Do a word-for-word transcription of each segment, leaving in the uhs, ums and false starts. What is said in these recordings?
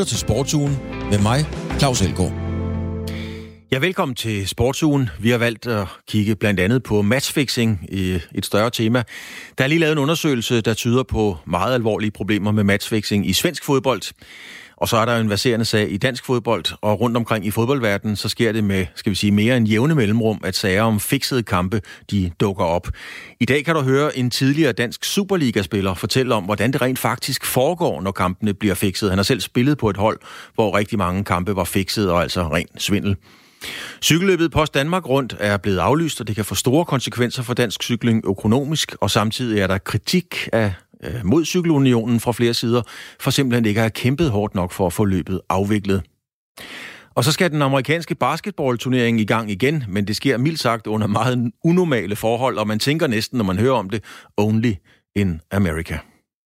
lytter til Sportsugen med mig, Claus Elgaard. Ja, velkommen til Sportsugen. Vi har valgt at kigge blandt andet på matchfixing i et større tema. Der er lige lavet en undersøgelse, der tyder på meget alvorlige problemer med matchfixing i svensk fodbold. Og så er der en verserende sag i dansk fodbold, og rundt omkring i fodboldverdenen, så sker det med, skal vi sige, mere end jævne mellemrum, at sager om fixede kampe, de dukker op. I dag kan du høre en tidligere dansk Superliga-spiller fortælle om, hvordan det rent faktisk foregår, når kampene bliver fixet. Han har selv spillet på et hold, hvor rigtig mange kampe var fixet, og altså ren svindel. Cykelløbet Post Danmark Rundt er blevet aflyst, og det kan få store konsekvenser for dansk cykling økonomisk, og samtidig er der kritik af mod Cykelunionen fra flere sider, for simpelthen ikke at have kæmpet hårdt nok for at få løbet afviklet. Og så skal den amerikanske basketballturnering i gang igen, men det sker mildt sagt under meget unormale forhold, og man tænker næsten, når man hører om det, only in America.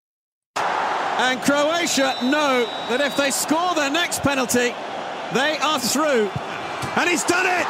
And Croatia know that if they score their next penalty, they are through. And he's done it!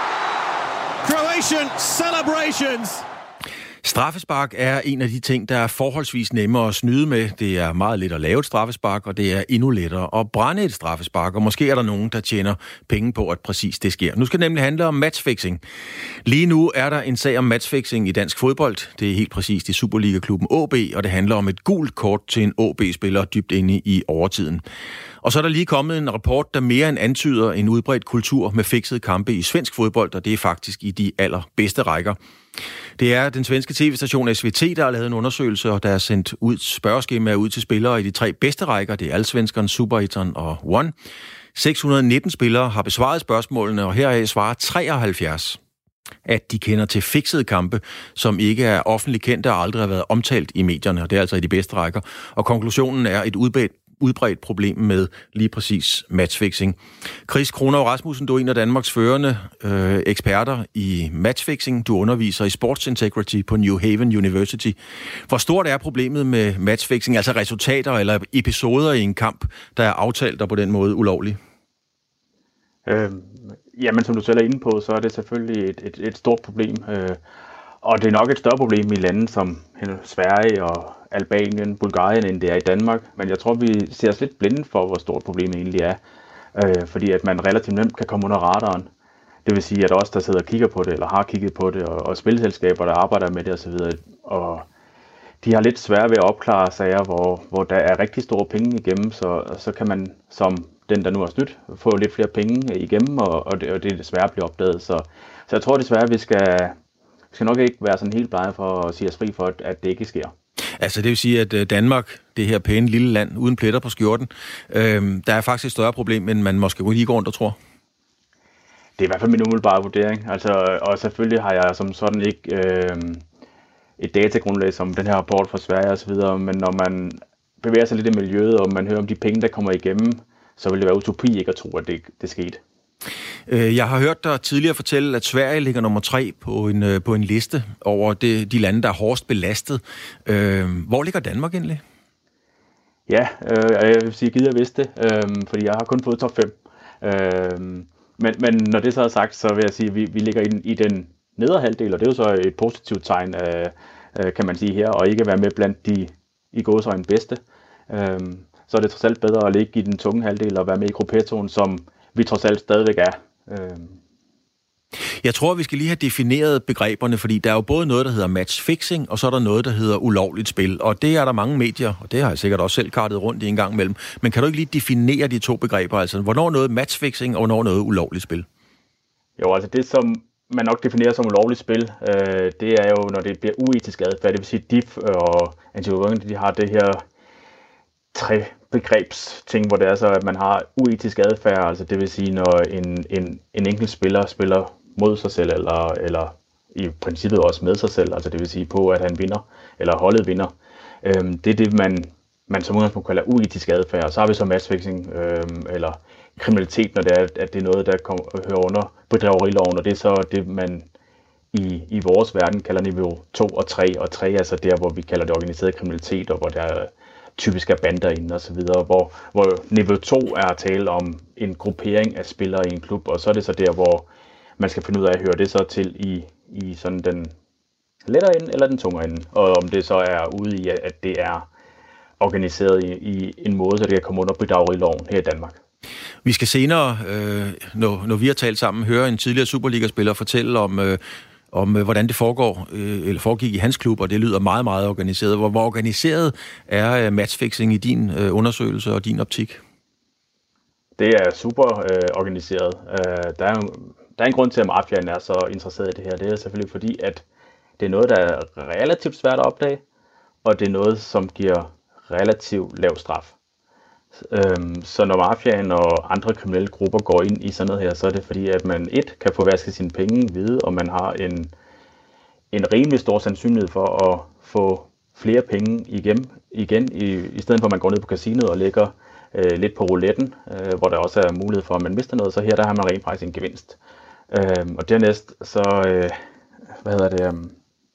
Croatian celebrations! Straffespark er en af de ting, der er forholdsvis nemmere at snyde med. Det er meget let at lave et straffespark, og det er endnu lettere at brænde et straffespark. Og måske er der nogen, der tjener penge på, at præcis det sker. Nu skal det nemlig handle om matchfixing. Lige nu er der en sag om matchfixing i dansk fodbold. Det er helt præcist i Superliga-klubben A A B, og det handler om et gult kort til en A A B-spiller dybt inde i overtiden. Og så er der lige kommet en rapport, der mere end antyder en udbredt kultur med fixede kampe i svensk fodbold, og det er faktisk i de allerbedste rækker. Det er den svenske tv-station S V T, der har lavet en undersøgelse, og der er sendt ud spørgeskemaer ud til spillere i de tre bedste rækker. Det er Allsvenskan, Superettan og One. seks hundrede nitten spillere har besvaret spørgsmålene, og heraf svarer treoghalvfjerds, at de kender til fixede kampe, som ikke er offentligt kendte og aldrig har været omtalt i medierne, og det er altså i de bedste rækker. Og konklusionen er et udbredt udbredt problem med lige præcis matchfixing. Chris Kronov Rasmussen, du er en af Danmarks førende øh, eksperter i matchfixing. Du underviser i Sports Integrity på New Haven University. Hvor stort er problemet med matchfixing, altså resultater eller episoder i en kamp, der er aftalt og på den måde ulovlig? Øh, jamen, som du selv er inde på, så er det selvfølgelig et, et, et stort problem. Øh, og det er nok et større problem i lande som Sverige og Albanien, Bulgarien, end det er i Danmark. Men jeg tror, vi ser os lidt blinde for, hvor stort problemet egentlig er. Øh, fordi at man relativt nemt kan komme under radaren. Det vil sige, at os, der sidder og kigger på det, eller har kigget på det, og, og spilselskaber, der arbejder med det osv., og de har lidt svært ved at opklare sager, hvor, hvor der er rigtig store penge igennem, så, så kan man som den, der nu har snydt, få lidt flere penge igennem, og, og, det, og det er desværre at blive opdaget. Så, så jeg tror desværre, at vi skal, vi skal nok ikke være sådan helt blege for at sige os fri for, at det ikke sker. Altså det vil sige, at Danmark, det her pæne lille land, uden pletter på skjorten, øh, der er faktisk et større problem, end man måske lige går rundt og tror. Det er i hvert fald min umiddelbare vurdering. Altså, og selvfølgelig har jeg som sådan ikke øh, et datagrundlag som den her rapport fra Sverige osv., men når man bevæger sig lidt i miljøet, og man hører om de penge, der kommer igennem, så vil det være utopi ikke at tro, at det, det skete. Jeg har hørt dig tidligere fortælle, at Sverige ligger nummer tre på en, på en liste over det, de lande, der er hårdest belastet. Hvor ligger Danmark egentlig? Ja, øh, jeg vil sige, gider jeg vidste det, øh, fordi jeg har kun fået top fem. Øh, men, men når det så er sagt, så vil jeg sige, at vi, vi ligger i, i den nedre halvdel, og det er jo så et positivt tegn, øh, kan man sige her, og ikke være med blandt de i gåseøjne bedste. Øh, så er det trods alt bedre at ligge i den tunge halvdel og være med i gruppettoen, som vi trods alt stadigvæk er. Jeg tror, vi skal lige have defineret begreberne, fordi der er jo både noget, der hedder matchfixing, og så er der noget, der hedder ulovligt spil. Og det er der mange medier, og det har jeg sikkert også selv kartet rundt i en gang imellem. Men kan du ikke lige definere de to begreber? Altså, hvornår noget matchfixing, og hvornår noget ulovligt spil? Jo, altså det, som man nok definerer som ulovligt spil, øh, det er jo, når det bliver uetisk adfærd. Det vil sige, D I F og Anti-Doping, de har det her tre begrebsting, hvor det er så, at man har uetisk adfærd, altså det vil sige, når en, en, en enkelt spiller spiller mod sig selv, eller, eller i princippet også med sig selv, altså det vil sige på, at han vinder, eller holdet vinder. Øhm, det er det, man, man som udgangspunkt kalder uetisk adfærd, og så har vi så matchfixing, øhm, eller kriminalitet, når det er, at det er noget, der kom, hører under bedrageriloven, og det er så det, man i, i vores verden kalder niveau to og tre, og tre er så der, hvor vi kalder det organiseret kriminalitet, og hvor der er typisk er bander inde og så videre, hvor, hvor niveau to er at tale om en gruppering af spillere i en klub, og så er det så der, hvor man skal finde ud af at høre det så til i, i sådan den lettere ende eller den tungere ende, og om det så er ude i, at det er organiseret i, i en måde, så det kan komme under bedrageriloven her i Danmark. Vi skal senere, øh, når, når vi har talt sammen, høre en tidligere Superliga-spiller fortælle om, øh, om øh, hvordan det foregår, øh, eller foregik i hans klub, og det lyder meget, meget organiseret. Hvor, hvor organiseret er øh, matchfixing i din øh, undersøgelse og din optik? Det er super øh, organiseret. Øh, der, er, der er en grund til, at mafiaen er så interesseret i det her. Det er selvfølgelig fordi, at det er noget, der er relativt svært at opdage, og det er noget, som giver relativt lav straf. Øhm, så når mafiaen og andre kriminelle grupper går ind i sådan noget her, så er det fordi, at man et kan få vasket sine penge vide, og man har en, en rimelig stor sandsynlighed for at få flere penge igen, igen i, i stedet for at man går ned på casinoet og lægger øh, lidt på rouletten, øh, hvor der også er mulighed for, at man mister noget, så her der har man rent faktisk en gevinst. Øhm, og dernæst så, øh, hvad hedder det... Um,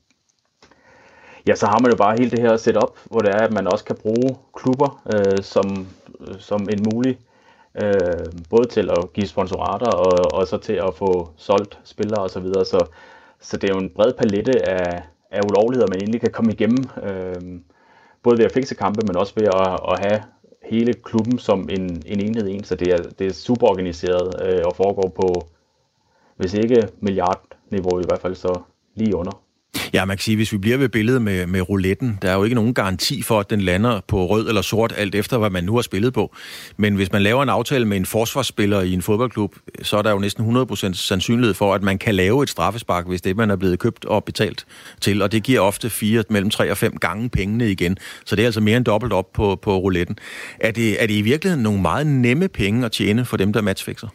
Ja, så har man jo bare hele det her setup, hvor det er, at man også kan bruge klubber øh, som, som en mulig, øh, både til at give sponsorater og, og så til at få solgt spillere og så videre. Så, så det er jo en bred palette af, af ulovligheder, man egentlig kan komme igennem, øh, både ved at fikse kampe, men også ved at, at have hele klubben som en, en enhed en. Så det er, det er super organiseret øh, og foregår på, hvis ikke milliardniveau i hvert fald, så lige under. Ja, man kan sige, hvis vi bliver ved billedet med, med rouletten, der er jo ikke nogen garanti for, at den lander på rød eller sort, alt efter hvad man nu har spillet på. Men hvis man laver en aftale med en forsvarsspiller i en fodboldklub, så er der jo næsten hundrede procent sandsynlighed for, at man kan lave et straffespark, hvis det man er blevet købt og betalt til. Og det giver ofte fire, mellem tre og fem gange pengene igen. Så det er altså mere end dobbelt op på, på rouletten. Er det, er det i virkeligheden nogle meget nemme penge at tjene for dem, der matchfixer?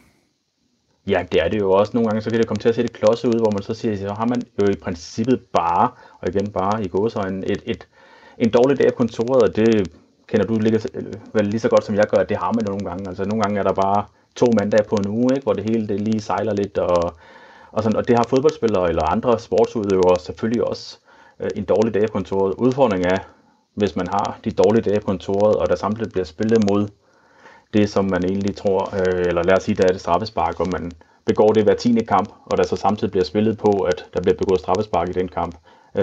Ja, det er det jo også. Nogle gange så kan det komme til at se det klodset ud, hvor man så siger, så har man jo i princippet bare, og igen bare i gåseøjne, et, et, en dårlig dag på kontoret, og det kender du lige, vel lige så godt som jeg gør, at det har man jo nogle gange. Altså nogle gange er der bare to mandage på en uge, ikke, hvor det hele det lige sejler lidt, og, og, sådan, og det har fodboldspillere eller andre sportsudøvere selvfølgelig også øh, en dårlig dag på kontoret. Udfordringen er, hvis man har de dårlige dage på kontoret, og der samtidig bliver spillet mod det, som man egentlig tror, øh, eller lad os sige, der er det straffespark, og man begår det hver tiende kamp, og der så samtidig bliver spillet på, at der bliver begået straffespark i den kamp øh,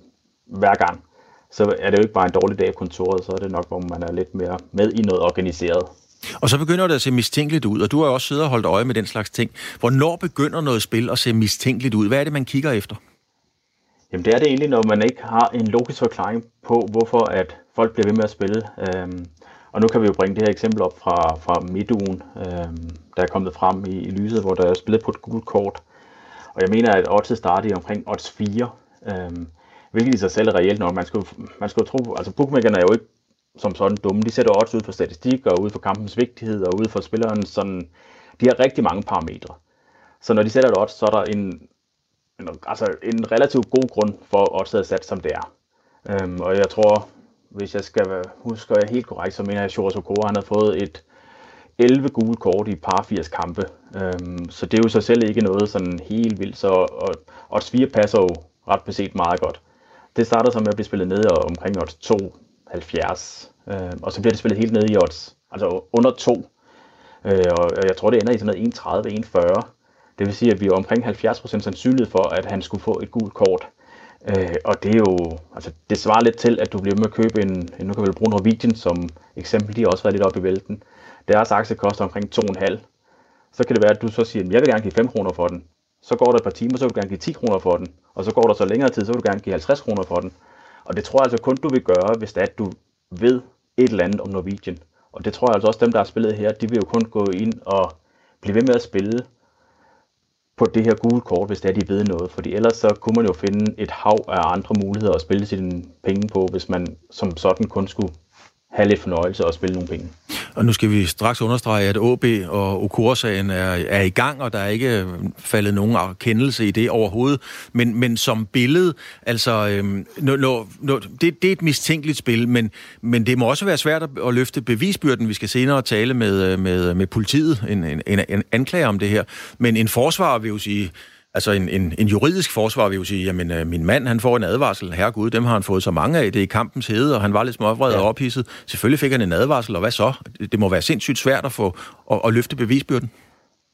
hver gang, så er det jo ikke bare en dårlig dag på kontoret, så er det nok, hvor man er lidt mere med i noget organiseret. Og så begynder det at se mistænkeligt ud, og du har også siddet og holdt øje med den slags ting. Hvornår begynder noget spil at se mistænkeligt ud? Hvad er det, man kigger efter? Jamen det er det egentlig, når man ikke har en logisk forklaring på, hvorfor at folk bliver ved med at spille. Øhm, Og nu kan vi jo bringe det her eksempel op fra, fra midtugen, øh, der er kommet frem i, i lyset, hvor der er spillet på et gult kort. Og jeg mener, at oddset starter i omkring odds fire, øh, hvilket i sig selv er reelt nok. Man skal, man skal jo tro, altså bookmakerne er jo ikke som sådan dumme. De sætter odds ud for statistik og ud for kampens vigtighed og ud for spilleren. Sådan, de har rigtig mange parametre. Så når de sætter et odds, så er der en, en, altså en relativt god grund for, at oddset er sat, som det er. Øh, og jeg tror... Hvis jeg skal huske jeg helt korrekt, så mener jeg, at Shoras Okora, han har fået et elleve gule kort i par firs kampe. Øhm, så det er jo så selv ikke noget sådan helt vildt. Så og, odds fire passer jo ret beset meget godt. Det starter så med at blive spillet ned og omkring odds to komma halvfjerds. Øhm, og så bliver det spillet helt ned i odds, altså under to. Øh, og jeg tror, det ender i sådan noget en komma tredive til en komma fyrre. Det vil sige, at vi er omkring halvfjerds procent sandsynlighed for, at han skulle få et gult kort. Øh, og det er jo, altså det svarer lidt til, at du bliver med at købe en, nu kan vi bruge Norwegian som eksempel, de har også været lidt op i vælten. Deres aktie koster omkring to komma fem. Så kan det være, at du så siger, at jeg vil gerne give fem kroner for den. Så går der et par timer, så vil du gerne give ti kroner for den. Og så går der så længere tid, så vil du gerne give halvtreds kroner for den. Og det tror jeg altså kun, du vil gøre, hvis det er, at du ved et eller andet om Norwegian. Og det tror jeg altså også, dem der har spillet her, de vil jo kun gå ind og blive ved med at spille på det her gule kort, hvis det er, de ved noget. Fordi ellers så kunne man jo finde et hav af andre muligheder at spille sine penge på, hvis man som sådan kun skulle have lidt fornøjelse og spille nogle penge. Og nu skal vi straks understrege, at A B og Okora-sagen er, er i gang, og der er ikke faldet nogen erkendelse i det overhovedet. Men, men som billede, altså, øhm, nå, nå, nå, det, det er et mistænkeligt spil, men, men det må også være svært at løfte bevisbyrden. Vi skal senere tale med, med, med politiet, en, en, en anklager om det her. Men en forsvarer vil jo sige... Altså en, en, en juridisk forsvar vil jo sige, jamen øh, min mand, han får en advarsel, herregud, dem har han fået så mange af, det er i kampens hede, og han var lidt småvred og ophidset. Selvfølgelig fik han en advarsel, og hvad så? Det må være sindssygt svært at få at, at løfte bevisbyrden.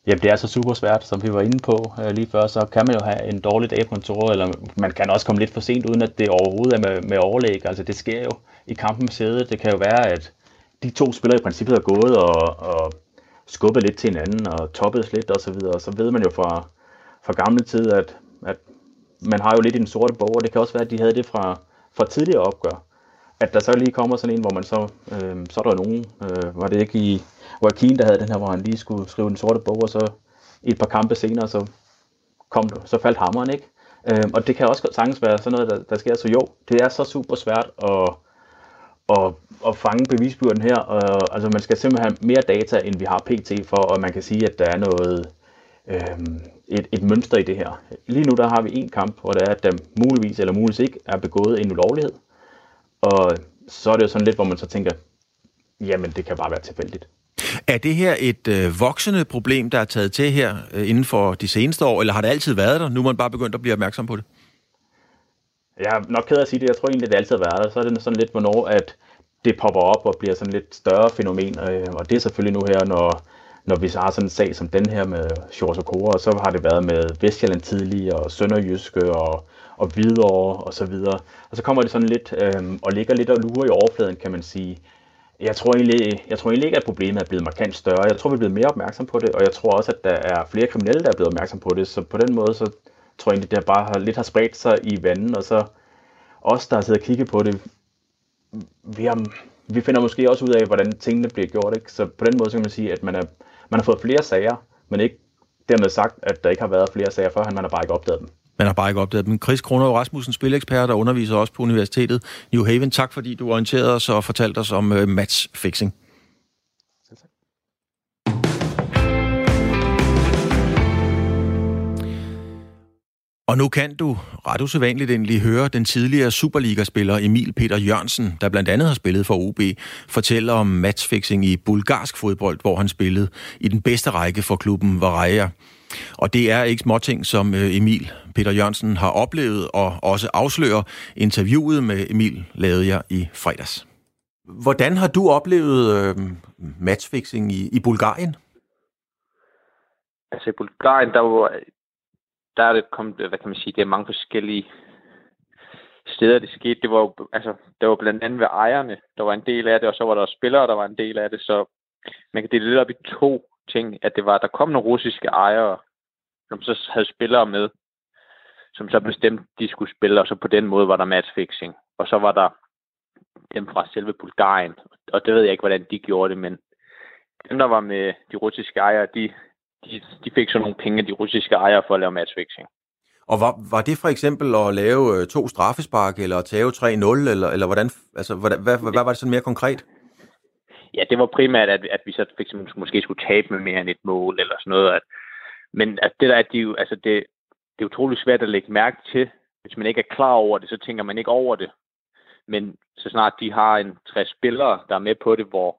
Jamen, det er så super svært, som vi var inde på øh, lige før, så kan man jo have en dårlig dag på kontoret, eller man kan også komme lidt for sent, uden at det overhovedet er med, med overlæg. Altså, det sker jo i kampen med sædet. Det kan jo være, at de to spillere i princippet er gået og, og skubbet lidt til hinanden og toppet lidt og så videre. Så ved man jo fra, fra gamle tid, at, at man har jo lidt i den sorte bog, og det kan også være, at de havde det fra, fra tidligere opgør. At der så lige kommer sådan en, hvor man så, øh, så er der nogen, øh, var det ikke i Joaquin, der havde den her, hvor han lige skulle skrive den sorte bog, og så i et par kampe senere, så kom det, så faldt hammeren, ikke? Øh, og det kan også sagtens være sådan noget, der, der sker. Så jo, det er så super svært at, at, at fange bevisbyrden her. Og, altså man skal simpelthen have mere data, end vi har pt. For, og man kan sige, at der er noget, øh, et, et mønster i det her. Lige nu der har vi en kamp, hvor det er, at der muligvis eller muligvis ikke er begået en ulovlighed. Og så er det jo sådan lidt, hvor man så tænker, jamen det kan bare være tilfældigt. Er det her et øh, voksende problem, der er taget til her øh, inden for de seneste år, eller har det altid været der? Nu er man bare begyndt at blive opmærksom på det. Jeg er nok ked af at sige det. Jeg tror egentlig, det altid har været der. Så er det sådan lidt, hvornår at det popper op og bliver sådan lidt større fænomen. Og det er selvfølgelig nu her, når, når vi har sådan en sag som den her med Shores og Kåre, og så har det været med Vestjylland tidligere, og Sønderjyske og, og Hvidovre og så videre. Og så kommer det sådan lidt øh, og ligger lidt og lurer i overfladen, kan man sige. Jeg tror, egentlig, jeg tror egentlig ikke, at problemet er blevet markant større. Jeg tror, vi er blevet mere opmærksom på det, og jeg tror også, at der er flere kriminelle, der er blevet opmærksom på det. Så på den måde, så tror jeg egentlig, det bare har, lidt har spredt sig i vandet, og så os, der har siddet og kigget på det, vi, har, vi finder måske også ud af, hvordan tingene bliver gjort. Ikke? Så på den måde, så kan man sige, at man, er, man har fået flere sager, men ikke dermed sagt, at der ikke har været flere sager før, man har bare ikke opdaget dem. Man har bare ikke opdaget dem. Chris Kronov Rasmussen, spilekspert og underviser også på Universitetet New Haven. Tak fordi du orienterede os og fortalte os om uh, matchfixing. Og nu kan du ret usædvanligt endelig høre den tidligere Superliga-spiller Emil Peter Jørgensen, der blandt andet har spillet for O B, fortælle om matchfixing i bulgarsk fodbold, hvor han spillede i den bedste række for klubben Varaya. Og det er ikke småting, som Emil Peter Jørgensen har oplevet og også afslører. Interviewet med Emil lavede jeg i fredags. Hvordan har du oplevet øh, matchfixing i, i Bulgarien? Altså i Bulgarien, der var der er det kommet, hvad kan man sige, det er mange forskellige steder, det skete. Det var jo, altså, der var blandt andet ved ejerne, der var en del af det, og så var der også spillere, der var en del af det, så man kan dele lidt op i to ting, at det var, der kom nogle russiske ejere, som så havde spillere med, som så bestemte, de skulle spille, og så på den måde var der matchfixing. Og så var der dem fra selve Bulgarien, og det ved jeg ikke, hvordan de gjorde det, men dem, der var med de russiske ejere, de De, de fik så nogle penge af de russiske ejere for at lave matchfixing. Og var, var det for eksempel at lave to straffespark, eller at tage tre nul, eller, eller hvordan, altså, hvad, hvad, hvad var det sådan mere konkret? Ja, det var primært, at, at vi så fik, måske skulle tabe med mere end et mål, eller sådan noget. At, men at det der, at de jo, altså det, det er utroligt svært at lægge mærke til. Hvis man ikke er klar over det, så tænker man ikke over det. Men så snart de har en tre spillere, der er med på det, hvor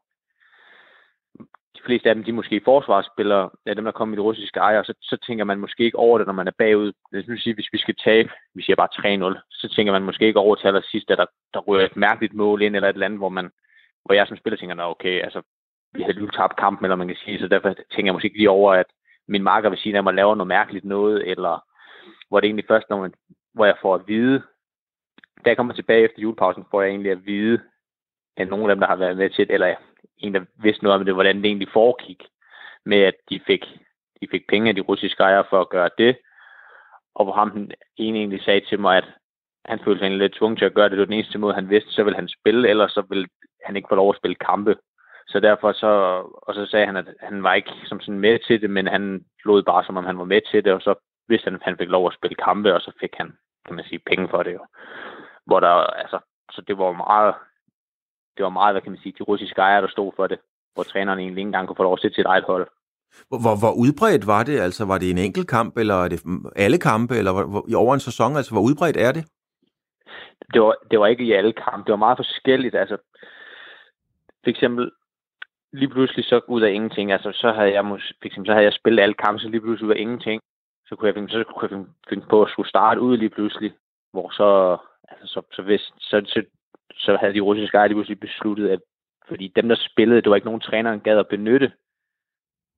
de fleste af dem, de er måske forsvarsspillere, af dem, der kommer i de russiske ejere, så, så tænker man måske ikke over det, når man er bagud. Lad os sige, hvis vi skal tabe, vi siger bare tre nul, så tænker man måske ikke over til allersidst, at der, der rører et mærkeligt mål ind, eller et eller andet, hvor, man, hvor jeg som spiller tænker, nå okay, altså, vi havde lige tabt kampen, eller man kan sige, så derfor tænker jeg måske ikke lige over, at min marker ved siden af mig laver noget mærkeligt noget, eller hvor det egentlig først, når man, hvor jeg får at vide, da jeg kommer tilbage efter julepausen, får jeg egentlig at vide, at nogle af dem, der har været med til det, eller en, der vidste noget om det, hvordan det egentlig foregik, med at de fik, de fik penge af de russiske ejere for at gøre det, og hvor ham den ene egentlig sagde til mig, at han følte sig lidt tvunget til at gøre det, det var den eneste måde, han vidste, så ville han spille, ellers så ville han ikke få lov at spille kampe. Så derfor så, og så sagde han, at han var ikke som sådan med til det, men han lod bare, som om han var med til det, og så vidste han, at han fik lov at spille kampe, og så fik han, kan man sige, penge for det jo. Hvor der, altså, så det var meget, det var meget, hvad kan man sige, de russiske ejere, der stod for det, hvor træneren egentlig ikke engang kunne få lov at sætte sit eget hold. Hvor, hvor udbredt var det? Altså, var det en enkelt kamp, eller er det alle kampe, eller hvor, i over en sæson? Altså, hvor udbredt er det? Det var, det var ikke i alle kampe. Det var meget forskelligt. Altså, for eksempel, lige pludselig så ud af ingenting. Altså, så havde jeg, for eksempel, så havde jeg spillet alle kampe, så lige pludselig ud af ingenting. Så kunne jeg, så kunne jeg finde på at skulle starte ud lige pludselig. Hvor så, altså, så, så, hvis, så, så, så havde de russiske ejere lige pludselig besluttet, at fordi dem, der spillede, det var ikke nogen træner, der gad at benytte.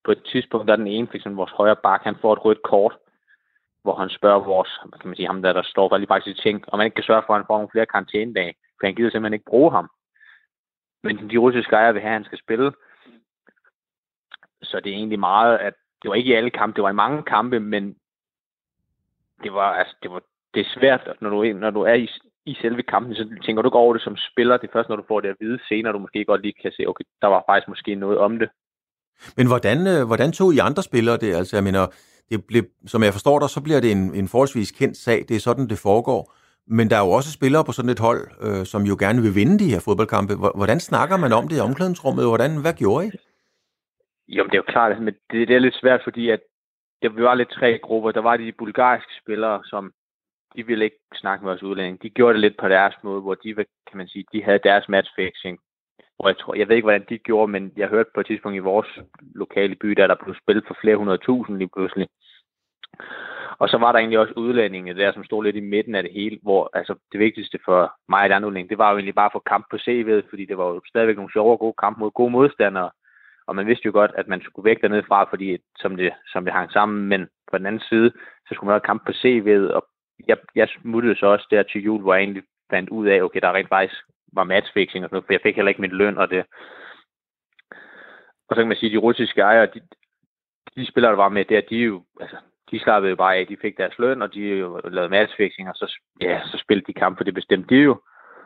på et tidspunkt, der er den ene, for eksempel vores højre bak, han får et rødt kort, hvor han spørger vores, kan man sige, ham der, der står for lige faktisk ting, og man ikke kan sørge for, at han får nogle flere karantænedage, for han gider simpelthen ikke bruge ham. Men de russiske ejere vil have, at han skal spille. Så det er egentlig meget, at det var ikke i alle kampe, det var i mange kampe, men det var, altså, det var, det er svært, når du, når du er i, i selve kampen, så tænker du ikke over det som spiller. Det er først, når du får det at vide senere, du måske godt lige kan se, okay, der var faktisk måske noget om det. Men hvordan, hvordan tog I andre spillere det? Altså, jeg mener, det blev, som jeg forstår dig, så bliver det en, en forholdsvis kendt sag. Det er sådan, det foregår. Men der er jo også spillere på sådan et hold, øh, som jo gerne vil vinde de her fodboldkampe. Hvordan snakker man om det i omklædningsrummet? Hvordan, hvad gjorde I? Jo, det er jo klart, men det, det er lidt svært, fordi at det var lidt tre grupper. Der var de bulgarske spillere, som de ville ikke snakke med os udlændinge. De gjorde det lidt på deres måde, hvor de, kan man sige, de havde deres matchfixing. Og jeg, tror, jeg ved ikke, hvordan de gjorde, men jeg hørte på et tidspunkt i vores lokale by, der der blev spillet for flere hundrede tusind lige pludselig. Og så var der egentlig også udlændinge der, som stod lidt i midten af det hele, hvor altså, det vigtigste for mig og den udlænding, det var jo egentlig bare at få kamp på C V'et, fordi det var jo stadigvæk nogle sjove og gode kampe mod gode modstandere. Og man vidste jo godt, at man skulle væk dernede fra, fordi som det, som det hang sammen. Men på den anden side, så skulle man have kamp på C V'et, og jeg, jeg smuttede så også der til jul, hvor jeg egentlig fandt ud af, okay, der rent faktisk var matchfixing og sådan noget, for jeg fik heller ikke min løn og det. Og så kan man sige, at de russiske ejere, de, de spillere, der var med der, de jo, altså, de slappede jo bare af, de fik deres løn, og de jo lavede matchfixing, og så, ja, så spillede de kamp, for det bestemte de jo.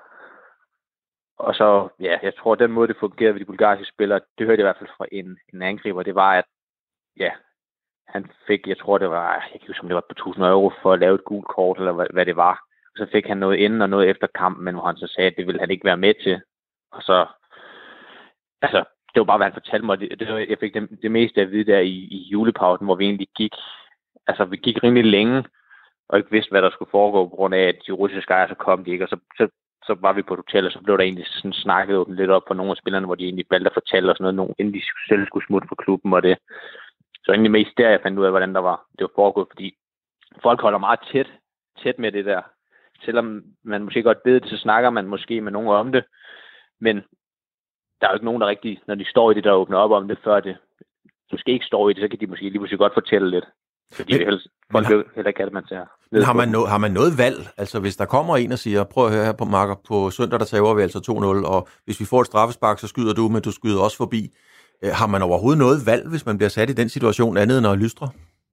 Og så, ja, jeg tror, at den måde, det fungerede ved de bulgarske spillere, det hørte jeg i hvert fald fra en, en angriber, det var, at, ja, han fik, jeg tror, det var, jeg kan ikke huske, om det var på tusind euro for at lave et gult kort, eller hvad, hvad det var. Og så fik han noget inden og noget efter kampen, men hvor han så sagde, at det ville han ikke være med til. Og så, altså, det var bare, hvad han fortalte mig. Det, det, jeg fik det, det meste at vide der i, i julepausen, hvor vi egentlig gik, altså, vi gik rimelig længe, og ikke vidste, hvad der skulle foregå, på grund af, at de russiske ejere, så kom de ikke, og så, så så var vi på et hotel, og så blev der egentlig sådan snakket lidt op på nogle af spillerne, hvor de egentlig valgte at fortælle os noget, inden de selv skulle smutte fra klubben og det. Så egentlig mest der, jeg fandt ud af, hvordan der var, det var foregået, fordi folk holder meget tæt, tæt med det der. Selvom man måske godt ved det, så snakker man måske med nogen om det, men der er jo ikke nogen, der rigtig, når de står i det, der åbner op om det, før det måske ikke står i det, så kan de måske lige pludselig godt fortælle lidt. Fordi men, helst, folk har, heller ikke, at man tager. Har man, no, har man noget valg? Altså, hvis der kommer en og siger, prøv at høre her på Marker, på søndag, der tager vi altså to nul, og hvis vi får et straffespark, så skyder du, men du skyder også forbi. Har man overhovedet noget valg, hvis man bliver sat i den situation, andet end at lystre?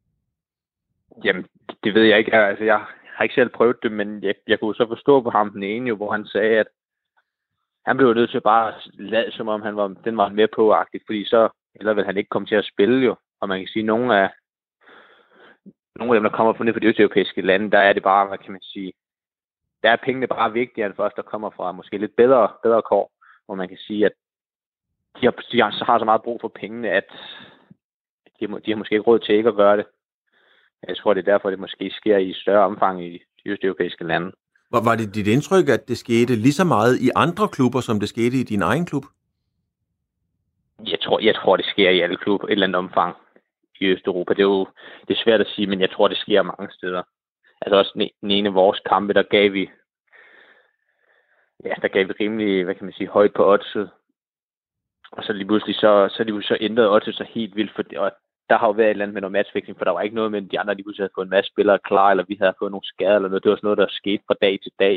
Jamen, det ved jeg ikke. Altså, jeg har ikke selv prøvet det, men jeg, jeg kunne så forstå på ham den ene, jo, hvor han sagde, at han blev nødt til bare at lade, som om han var, den var med på-agtigt, fordi så eller vil han ikke komme til at spille jo. Og man kan sige, at nogle af nogle af dem, der kommer fra ned fra de østeuropæiske lande, der er det bare, hvad kan man sige, der er pengene bare vigtigere end for os, der kommer fra måske lidt bedre, bedre kår, hvor man kan sige, at de har, de har så meget brug for pengene, at de har, de har måske ikke råd til ikke at gøre det. Jeg tror, det er derfor, det måske sker i større omfang i de østeuropæiske lande. Var, var det dit indtryk, at det skete lige så meget i andre klubber, som det skete i din egen klub? Jeg tror, jeg tror det sker i alle klubber, et eller andet omfang i Østeuropa. Det er jo det er svært at sige, men jeg tror, det sker mange steder. Altså også den ene af vores kampe, der gav vi ja, der gav vi rimelig, hvad kan man sige, højt på oddset. Og så lige pludselig, så, så de så ændrede oddset så helt vildt, for det, og der har jo været et eller andet med noget matchfixing, for der var ikke noget med, de andre, de pludselig havde fået en masse spillere klar, eller vi havde fået nogle skader, eller noget. Det var sådan noget, der skete fra dag til dag.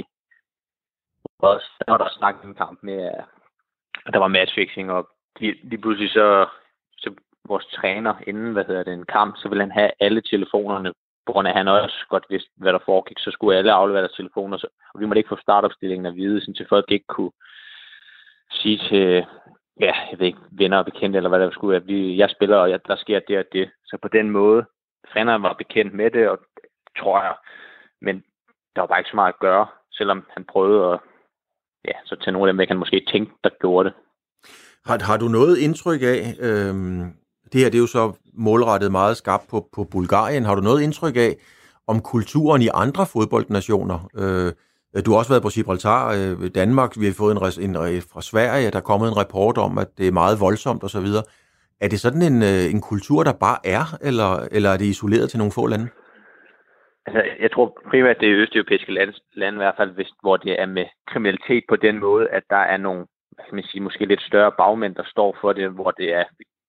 Og så var der snakket en kamp med, at der var matchfixing, og lige pludselig så, så vores træner, inden hvad hedder det, en kamp, så ville han have alle telefonerne, på grund af, at han også godt vidste, hvad der foregik, så skulle alle aflevere deres telefoner, så, og vi måtte ikke få startopstillingen at vide, sådan til folk ikke kunne sige til, ja, jeg ved ikke, venner og bekendte, eller hvad der skulle, at vi, jeg spiller, og jeg, der sker det og det. Så på den måde, træneren var bekendt med det, og tror jeg, men der var bare ikke så meget at gøre, selvom han prøvede at, ja, så til nogle af dem, jeg kan måske tænke, der gjorde det. Har, har du noget indtryk af, øhm, det her det er jo så målrettet meget skarpt på, på Bulgarien, har du noget indtryk af, om kulturen i andre fodboldnationer? Øh, du har også været på Gibraltar, øh, Danmark, vi har fået en, en, en fra Sverige, der er kommet en rapport om, at det er meget voldsomt osv. Er det sådan en, en kultur, der bare er, eller, eller er det isoleret til nogle få lande? Altså, jeg tror primært, det er østeuropæiske lande, lande i hvert fald, hvis, hvor det er med kriminalitet på den måde, at der er nogle, hvad kan man sige, måske lidt større bagmænd, der står for det, hvor det er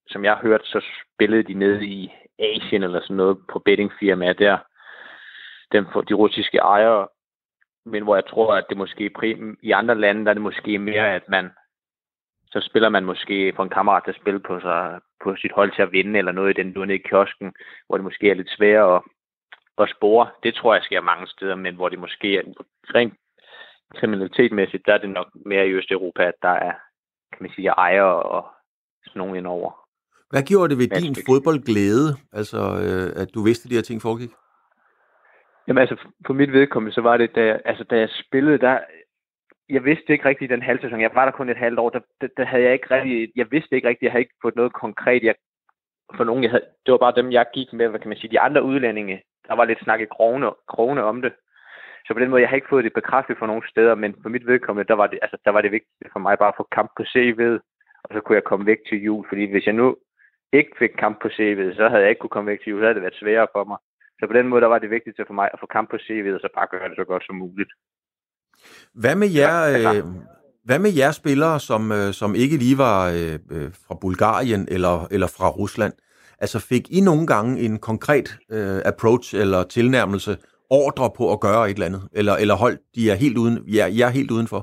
som jeg har hørt, så spillede de nede i Asien eller sådan noget på bettingfirmaer der, dem for de russiske ejere. Men hvor jeg tror, at det måske prim, i andre lande, der er det måske mere, at man så spiller man måske for en kammerat til at spille på, sig, på sit hold til at vinde, eller noget i den du nede i kiosken, hvor det måske er lidt sværere at, at spore. Det tror jeg sker mange steder, men hvor det måske er rent kriminalitetmæssigt, der er det nok mere i Østeuropa, at der er, kan man sige, ejere og sådan nogen indover. Hvad gjorde det ved din fodboldglæde, altså øh, at du vidste, at de her ting foregik? Jamen altså, på mit vedkommende, så var det, da jeg, altså, da jeg spillede, der, jeg vidste ikke rigtigt den halve sæson. Jeg var der kun et halvt år, der, der, der havde jeg ikke rigtig, jeg vidste ikke rigtigt, jeg havde ikke fået noget konkret. Jeg, for nogen, jeg havde, det var bare dem, jeg gik med, hvad kan man sige, de andre udlændinge, der var lidt snak i krone, krone om det. Så på den måde, jeg har ikke fået det bekræftet fra nogle steder, men på mit vedkommende, der var det, altså, der var det vigtigt for mig bare at få kamp på C V'et, og så kunne jeg komme væk til jul, fordi hvis jeg nu ikke fik kamp på C V'et, så havde jeg ikke kunne komme væk til jul, så havde det været sværere for mig. Så på den måde, der var det vigtigt for mig at få kamp på C V'et, og så bare gøre det så godt som muligt. Hvad med jer, øh, hvad med jer spillere, som, øh, som ikke lige var øh, fra Bulgarien eller, eller fra Rusland? Altså fik I nogle gange en konkret øh, approach eller tilnærmelse, ordre på at gøre et eller andet? Eller, eller hold, de er helt uden, ja, jeg er helt udenfor?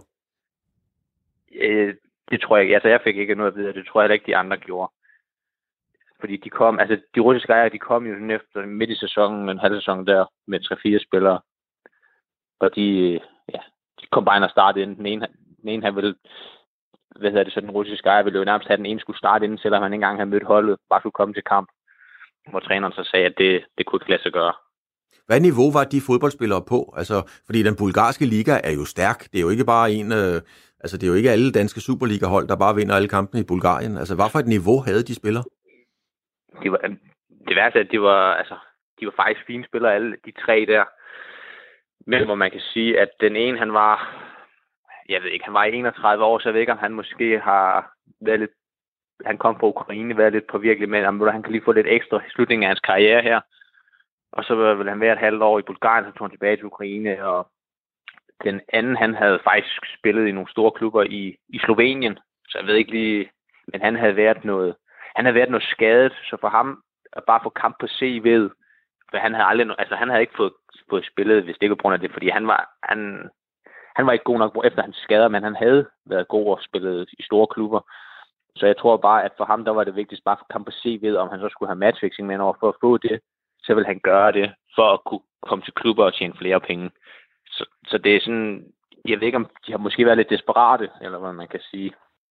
Øh, det tror jeg ikke. Altså jeg fik ikke noget at vide, det tror jeg ikke, de andre gjorde. Fordi de kom, altså de russiske ejere, de kom jo efter midt i sæsonen, en halv sæson der, med tre-fire spillere. Og de, ja, de kom bare ind og startede inden. Den ene, den ene han ville, hvad hedder det, så den russiske ejer ville jo nærmest have den ene skulle starte inden, selvom han ikke engang havde mødt holdet, bare skulle komme til kamp. Hvor træneren så sagde, at det, det kunne ikke lade sig gøre. Hvad niveau var de fodboldspillere på? Altså, fordi den bulgarske liga er jo stærk. Det er jo ikke bare en, øh, altså det er jo ikke alle danske Superliga-hold, der bare vinder alle kampene i Bulgarien. Altså, hvad for et niveau havde de spillere? De var, det værste er, at de var, altså, de var faktisk fine spillere, alle de tre der. Men hvor man kan sige, at den ene, han var, jeg ved ikke, han var enogtredive år, så jeg ved ikke, om han måske har været lidt, han kom fra Ukraine, været lidt påvirkelig, men han kan lige få lidt ekstra i slutningen af hans karriere her. Og så ville han være et halvt år i Bulgarien, så tog han tilbage til Ukraine, og den anden, han havde faktisk spillet i nogle store klubber i, i Slovenien, så jeg ved ikke lige, men han havde været noget, han havde været noget skadet, så for ham at bare få kamp på C V'et, for han havde aldrig, altså han havde ikke fået, fået spillet, hvis det ikke var på grund af det, fordi han var, han, han var ikke god nok efter hans skader, men han havde været god og spillet i store klubber. Så jeg tror bare, at for ham, der var det vigtigst bare at få kamp på C V'et, om han så skulle have matchfixing med over for at få det, så vil han gøre det for at kunne komme til klubber og tjene flere penge. Så, så det er sådan, jeg ved ikke, om de har måske været lidt desperate, eller hvad man kan sige.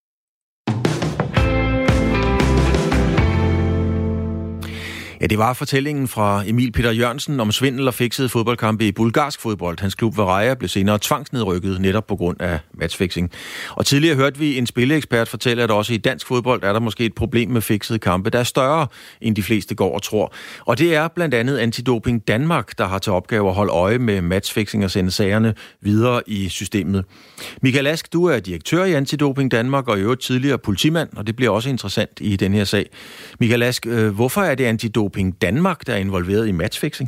Ja, det var fortællingen fra Emil Peter Jørgensen om svindel og fikset fodboldkampe i bulgarsk fodbold. Hans klub Varaya blev senere tvangsnedrykket netop på grund af matchfixing. Og tidligere hørte vi en spilleekspert fortælle, at også i dansk fodbold er der måske et problem med fiksede kampe, der er større, end de fleste går og tror. Og det er blandt andet Antidoping Danmark, der har til opgave at holde øje med matchfixing og sende sagerne videre i systemet. Michael Ask, du er direktør i Antidoping Danmark og i øvrigt tidligere politimand, og det bliver også interessant i den her sag. Michael Ask, hvorfor er det Antidoping Danmark, der er involveret i matchfixing?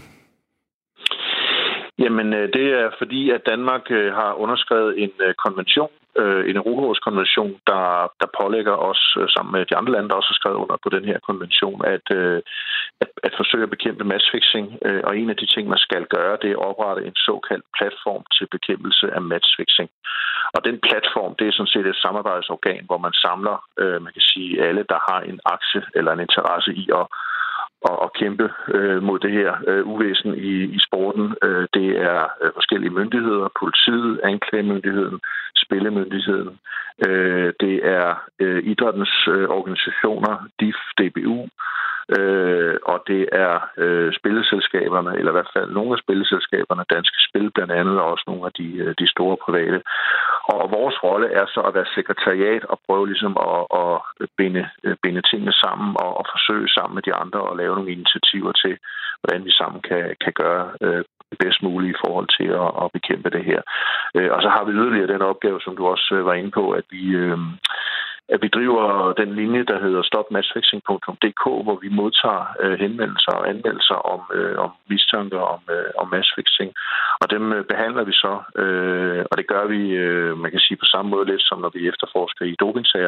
Jamen, det er fordi, at Danmark har underskrevet en konvention, en Europarådskonvention, der, der pålægger os, sammen med de andre lande, der også har skrevet under på den her konvention, at, at, at forsøge at bekæmpe matchfixing. Og en af de ting, man skal gøre, det er at oprette en såkaldt platform til bekæmpelse af matchfixing. Og den platform, det er sådan set et samarbejdsorgan, hvor man samler, man kan sige, alle, der har en aktie eller en interesse i at og, og kæmpe øh, mod det her øh, uvæsen i, i sporten. Øh, det er øh, forskellige myndigheder, politiet, anklagemyndigheden, spillemyndigheden. Øh, det er øh, idrættens øh, organisationer, D I F, D B U, øh, og det er øh, spilleselskaberne, eller i hvert fald nogle af spilleselskaberne, Danske Spil blandt andet, og også nogle af de, de store private. Og vores rolle er så at være sekretariat og prøve ligesom at, at binde, binde tingene sammen og, og forsøge sammen med de andre at lave nogle initiativer til, hvordan vi sammen kan, kan gøre øh, det bedst mulige i forhold til at, at bekæmpe det her. Øh, og så har vi yderligere den opgave, som du også var inde på, at vi... Øh, at vi driver den linje, der hedder stop matchfixing punktum d k, hvor vi modtager øh, henvendelser og anmeldelser om, øh, om mistanker om, øh, om matchfixing. Og dem øh, behandler vi så, øh, og det gør vi, øh, man kan sige på samme måde lidt, som når vi efterforsker i dopingsager.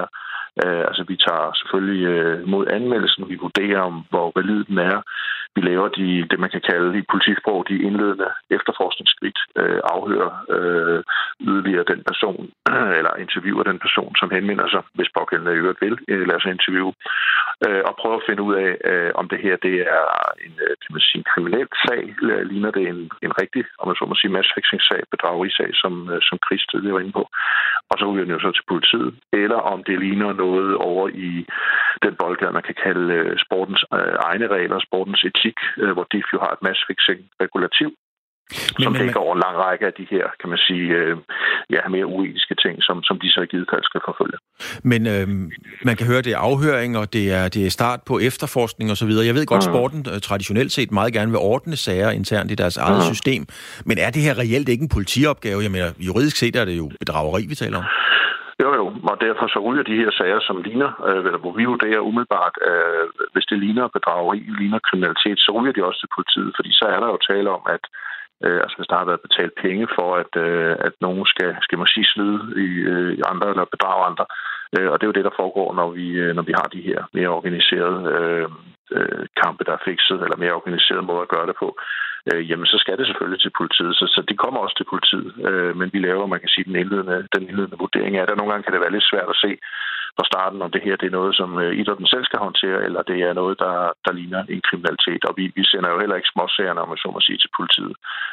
Øh, altså, vi tager selvfølgelig øh, mod anmeldelsen, vi vurderer, om hvor valid den er. Vi laver de, det, man kan kalde i politisprog, de indledende efterforskningsskridt, øh, afhører øh, yderligere den person, eller interviewer den person, som henvender sig, hvis pågældende i øvrigt vil øh, lade sig interviewe, øh, og prøve at finde ud af, øh, om det her det er en, kan man sige, en kriminel sag, eller ligner det en, en rigtig, om man så må sige, matchfixing-sag, bedragerisag, som, som Chris tidligere var inde på. Og så ryger den jo så til politiet, eller om det ligner noget over i den boldgade, man kan kalde øh, sportens øh, egne regler, sportens etik, øh, hvor D I F jo har et matchfixing-regulativ, men, som dækker over en lang række af de her, kan man sige, øh, ja, mere uetiske ting, som, som de så i givet fald skal forfølge. Men øh, man kan høre, det er afhøringer, det er, det er start på efterforskning osv. Jeg ved godt, mm. sporten øh, traditionelt set meget gerne vil ordne sager internt i deres eget mm. system, men er det her reelt ikke en politiopgave? Jeg mener, juridisk set er det jo bedrageri, vi taler om. Jo, jo, og derfor så ryger de her sager, som ligner, øh, eller hvor vi vurderer umiddelbart, øh, hvis det ligner bedrageri, ligner kriminalitet, så ryger de også til politiet, fordi så er der jo tale om, at øh, altså hvis der har været betalt penge for, at, øh, at nogen skal, skal man sige, snyde i, øh, i andre eller bedrage andre. Øh, og det er jo det, der foregår, når vi, når vi har de her mere organiserede øh, øh, kampe, der er fikset, eller mere organiserede måder at gøre det på. Øh, jamen, så skal det selvfølgelig til politiet. Så, så de kommer også til politiet. Øh, men vi laver, man kan sige, den indledende, den indledende vurdering af det. Nogle gange kan det være lidt svært at se fra starten, om det her det er noget, som øh, idrætten selv skal håndtere, eller det er noget, der, der ligner en kriminalitet. Og vi, vi sender jo heller ikke småsagerne, om man så må sige, til politiet.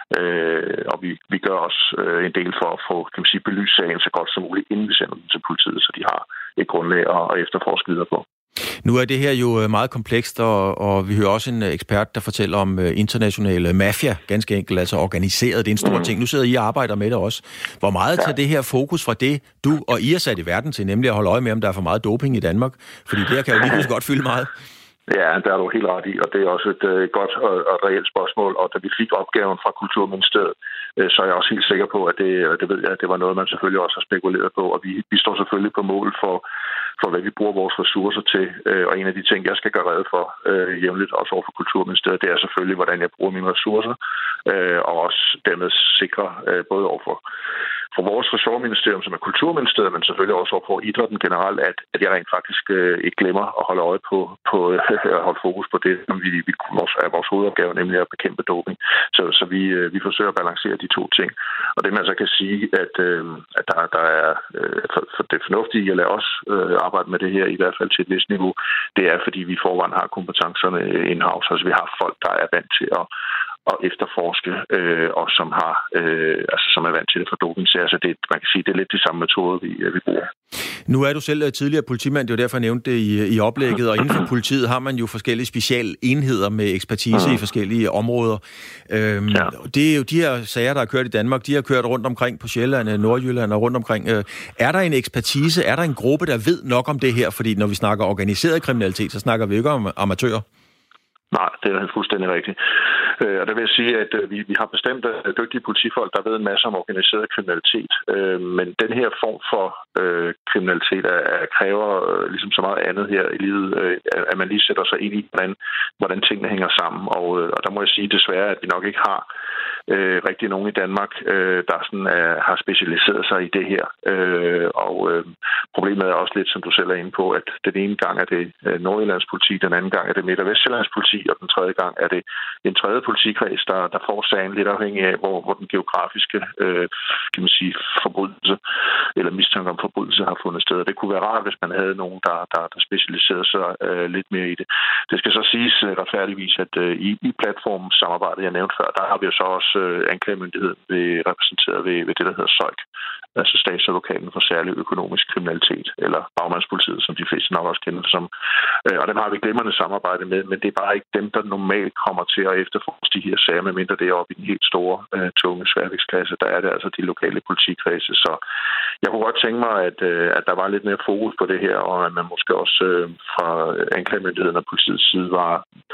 Øh, og vi, vi gør også øh, en del for at få, kan man sige, belyst sagen så godt som muligt, inden vi sender dem til politiet, så de har et grundlag at, at efterforske videre på. Nu er det her jo meget komplekst, og, og vi hører også en ekspert, der fortæller om internationale mafia, ganske enkelt, altså organiseret. Det er en stor mm. ting. Nu sidder I og arbejder med det også. Hvor meget ja. tager det her fokus fra det, du og I er sat i verden til, nemlig at holde øje med, om der er for meget doping i Danmark? Fordi det her kan jo lige pludselig godt fylde meget. Ja, der er du helt ret i, og det er også et øh, godt og, og reelt spørgsmål. Og da vi fik opgaven fra Kulturministeriet, øh, så er jeg også helt sikker på, at det, det ved jeg, at det var noget, man selvfølgelig også har spekuleret på. Og vi, vi står selvfølgelig på mål for, for, hvad vi bruger vores ressourcer til. Øh, og en af de ting, jeg skal gøre rede for øh, jævnligt, også over for Kulturministeriet, det er selvfølgelig, hvordan jeg bruger mine ressourcer, øh, og også dermed sikre øh, både over for for vores ressortministerium, som er Kulturministeriet, men selvfølgelig også over for idrætten generelt, at, at jeg rent faktisk øh, ikke glemmer at holde øje på, på øh, at holde fokus på det, som vi, vi vores, er vores hovedopgave, nemlig at bekæmpe doping. Så, så vi, øh, vi forsøger at balancere de to ting. Og det man så kan sige, at, øh, at der, der er øh, for, for det fornuftige at lade os øh, arbejde med det her, i hvert fald til et vist niveau, det er, fordi vi i forvejen har kompetencerne in-house. Altså vi har folk, der er vant til at og efterforske, øh, og som har, øh, altså som er vant til det for dopingsager. Så det, man kan sige, det er lidt de samme metoder, vi, vi bruger. Nu er du selv tidligere politimand, det er jo derfor, jeg nævnte det i, i oplægget, og inden for politiet har man jo forskellige specialenheder med ekspertise mm. i forskellige områder. Øhm, ja. Det er jo de her sager, der har kørt i Danmark, de har kørt rundt omkring på Sjælland, Nordjylland og rundt omkring. Øh, er der en ekspertise, er der en gruppe, der ved nok om det her? Fordi når vi snakker organiseret kriminalitet, så snakker vi ikke om amatører. Nej, det er fuldstændig rigtigt. Og der vil jeg sige, at vi, vi har bestemt dygtige politifolk, der ved en masse om organiseret kriminalitet. Men den her form for øh, kriminalitet er, er, kræver øh, ligesom så meget andet her i livet, øh, at man lige sætter sig ind i, hvordan, hvordan tingene hænger sammen. Og, øh, og der må jeg sige desværre, at vi nok ikke har øh, rigtig nogen i Danmark, øh, der sådan, er, har specialiseret sig i det her. Øh, og øh, problemet er også lidt, som du selv er inde på, at den ene gang er det øh, Nordjyllands politi, den anden gang er det Midt- og Vestjyllands politi, og den tredje gang er det en tredje politikreds, der, der får sagen lidt afhængig af, hvor, hvor den geografiske øh, kan man sige, forbrydelse eller mistanke om forbrydelse har fundet sted. Det kunne være rart, hvis man havde nogen, der, der, der specialiserede sig øh, lidt mere i det. Det skal så siges øh, retfærdigvis, at øh, i, i platformsamarbejdet, jeg nævnte før, der har vi jo så også øh, anklagemyndigheden ved, repræsenteret ved, ved det, der hedder S O C, altså statsadvokaten for særlig økonomisk kriminalitet, eller bagmandspolitiet, som de fleste nok også kender som. Øh, og dem har vi glimrende samarbejde med, men det er bare ikke dem, der normalt kommer til at efterforske de her sager, medmindre det er oppe i den helt store, øh, tunge sværvægtsklasse. Der er det altså de lokale politikredse. Så jeg kunne godt tænke mig, at, øh, at der var lidt mere fokus på det her, og at man måske også øh, fra anklagemyndigheden og politiets side var,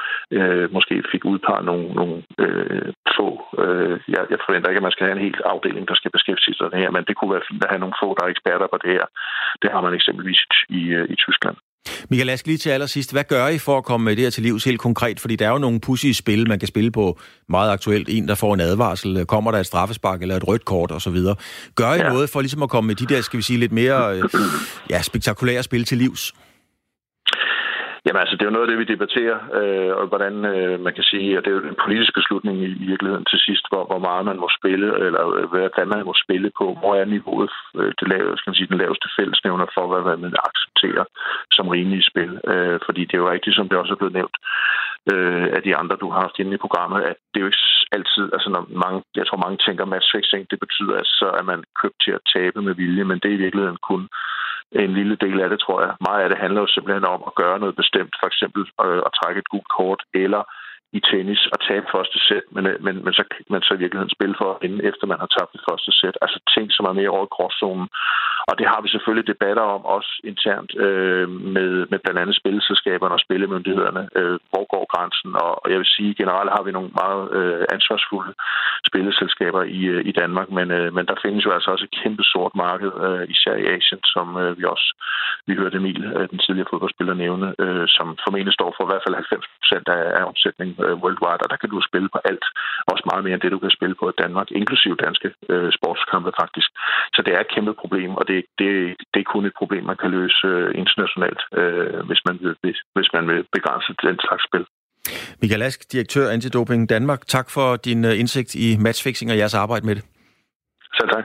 øh, måske fik udpeget nogle, nogle øh, få. Øh, jeg, jeg forventer ikke, at man skal have en helt afdeling, der skal beskæftige sig med det her, men det kunne være fint at have nogle få, der er eksperter på det her. Det har man eksempelvis i, i, i Tyskland. Michael Ask, lige til allersidst. Hvad gør I for at komme med det her til livs helt konkret? Fordi der er jo nogle pudsige spil, man kan spille på meget aktuelt. En, der får en advarsel, kommer der et straffespark eller et rødt kort osv. Gør I ja. noget for ligesom at komme med de der, skal vi sige, lidt mere ja, spektakulære spil til livs? Jamen altså, det er jo noget af det, vi debatterer, øh, og hvordan øh, man kan sige, at det er jo en politisk beslutning i, i virkeligheden til sidst, hvor, hvor meget man må spille, eller hvad man må spille på, hvor er niveauet, øh, det lave, skal man sige, den laveste fællesnævner for, hvad, hvad man accepterer som rimelige spil. Øh, fordi det er jo rigtigt, som det også er blevet nævnt øh, af de andre, du har haft inde i programmet, at det er jo ikke altid, altså når mange, jeg tror mange tænker matchfixing, det betyder, at så er man købt til at tabe med vilje, men det er i virkeligheden kun en lille del af det, tror jeg. Meget af det handler jo simpelthen om at gøre noget bestemt, for eksempel øh, at trække et gult kort, eller i tennis at tabe første sæt, men, men, men så kan man så i virkeligheden spille for at vinde, efter man har tabt det første sæt. Altså ting, som er mere over i gråzonen. Og det har vi selvfølgelig debatter om, også internt øh, med, med blandt andet spilleselskaberne og spillemyndighederne. Øh, hvor går grænsen? Og, og jeg vil sige, generelt har vi nogle meget øh, ansvarsfulde spilleselskaber i, øh, i Danmark, men, øh, men der findes jo altså også et kæmpe sort marked, øh, især i Asien, som øh, vi også, vi hørte Emil, øh, den tidligere fodboldspiller, nævne, øh, som formentlig står for i hvert fald halvfems procent af, af omsætningen worldwide, og der kan du spille på alt. Også meget mere end det, du kan spille på i Danmark, inklusive danske øh, sportskampe faktisk. Så det er et kæmpe problem, og det, det, det er kun et problem, man kan løse øh, internationalt, øh, hvis, man vil, hvis, hvis man vil begrænse den slags spil. Michael Ask, direktør Antidoping Danmark. Tak for din øh, indsigt i matchfixing og jeres arbejde med det. Selv tak.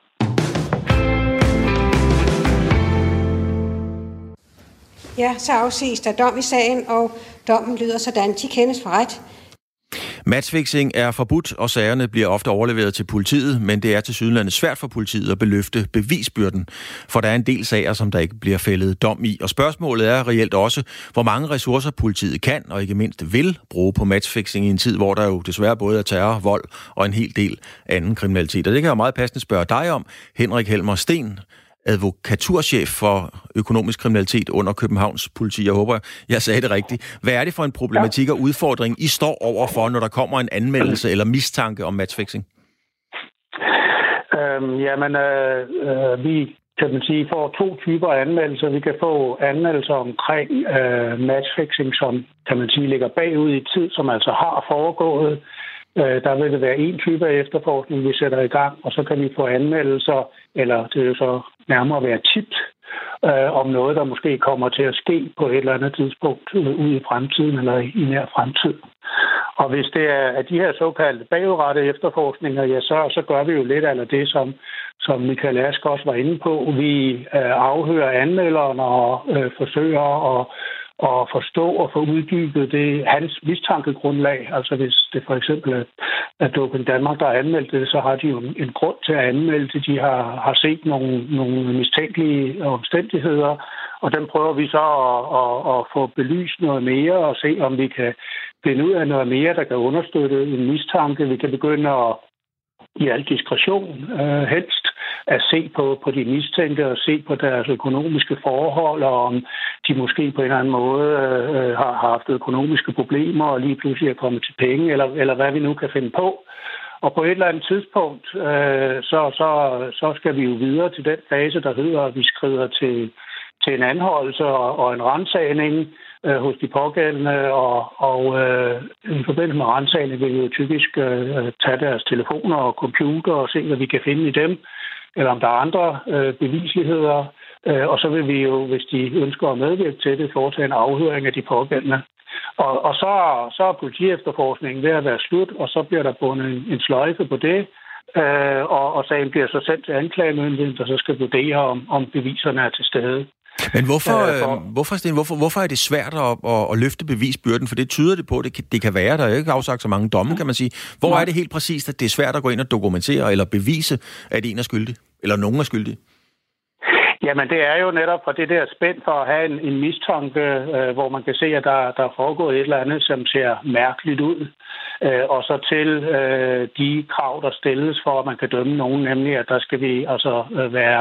Ja, så afsiges der dom i sagen, og dommen lyder sådan, de kendes for ret. Matchfixing er forbudt, og sagerne bliver ofte overleveret til politiet, men det er tilsyneladende svært for politiet at beløfte bevisbyrden, for der er en del sager, som der ikke bliver fældet dom i. Og spørgsmålet er reelt også, hvor mange ressourcer politiet kan, og ikke mindst vil, bruge på matchfixing i en tid, hvor der jo desværre både er terror, vold og en hel del anden kriminalitet. Og det kan jeg meget passende spørge dig om, Henrik Helmer Sten, advokaturchef for økonomisk kriminalitet under Københavns politi. Jeg håber, jeg sagde det rigtigt. Hvad er det for en problematik og udfordring, I står overfor, når der kommer en anmeldelse eller mistanke om matchfixing? Øhm, jamen, øh, øh, vi kan man sige, får to typer af anmeldelser. Vi kan få anmeldelser omkring øh, matchfixing, som kan man sige ligger bagud i tid, som altså har foregået. Øh, der vil det være en type af efterforskning, vi sætter i gang, og så kan vi få anmeldelser, eller det er jo så nærmere være tips, øh, om noget, der måske kommer til at ske på et eller andet tidspunkt øh, ude i fremtiden, eller i nær fremtid. Og hvis det er af de her såkaldte bagudrettede efterforskninger, ja, så, så gør vi jo lidt af det, som, som Michael Ask også var inde på. Vi øh, afhører anmelderen og øh, forsøger at og forstå og få uddybet det, hans mistankegrundlag. Altså hvis det for eksempel er, er Doping Danmark, der har anmeldt det, så har de jo en, en grund til at anmelde det. De har, har set nogle, nogle mistænkelige omstændigheder, og den prøver vi så at, at, at få belyst noget mere og se, om vi kan finde ud af noget mere, der kan understøtte en mistanke. Vi kan begynde at i al diskretion øh, helst at se på, på de mistænkte og se på deres økonomiske forhold, og om de måske på en eller anden måde øh, har haft økonomiske problemer og lige pludselig er kommet til penge, eller, eller hvad vi nu kan finde på. Og på et eller andet tidspunkt, øh, så, så, så skal vi jo videre til den fase, der hedder, at vi skrider til, til en anholdelse og, og en ransagning øh, hos de pågældende, og, og øh, i forbindelse med ransagning vil vi jo typisk øh, tage deres telefoner og computer og se, hvad vi kan finde i dem, eller om der er andre øh, bevisligheder, øh, og så vil vi jo, hvis de ønsker at medvirke til det, foretage en afhøring af de pågældende. Og, og så, så er politiefterforskningen ved at være slut, og så bliver der bundet en, en sløjfe på det, øh, og, og sagen bliver så sendt til anklagemyndigheden, der så skal vurdere, om, om beviserne er til stede. Men hvorfor, øh, for... hvorfor, Sten, hvorfor, hvorfor er det svært at, at, at løfte bevisbyrden? For det tyder det på, at det kan, det kan være. Der er jo ikke afsagt så mange domme, kan man sige. Hvor Nej. er det helt præcist, at det er svært at gå ind og dokumentere eller bevise, at en er skyldig? Eller nogen er skyldig? Jamen, det er jo netop fra det der spænd for at have en, en mistanke, øh, hvor man kan se, at der, der er foregået et eller andet, som ser mærkeligt ud. Øh, og så til øh, de krav, der stilles for, at man kan dømme nogen, nemlig at der skal vi altså øh, være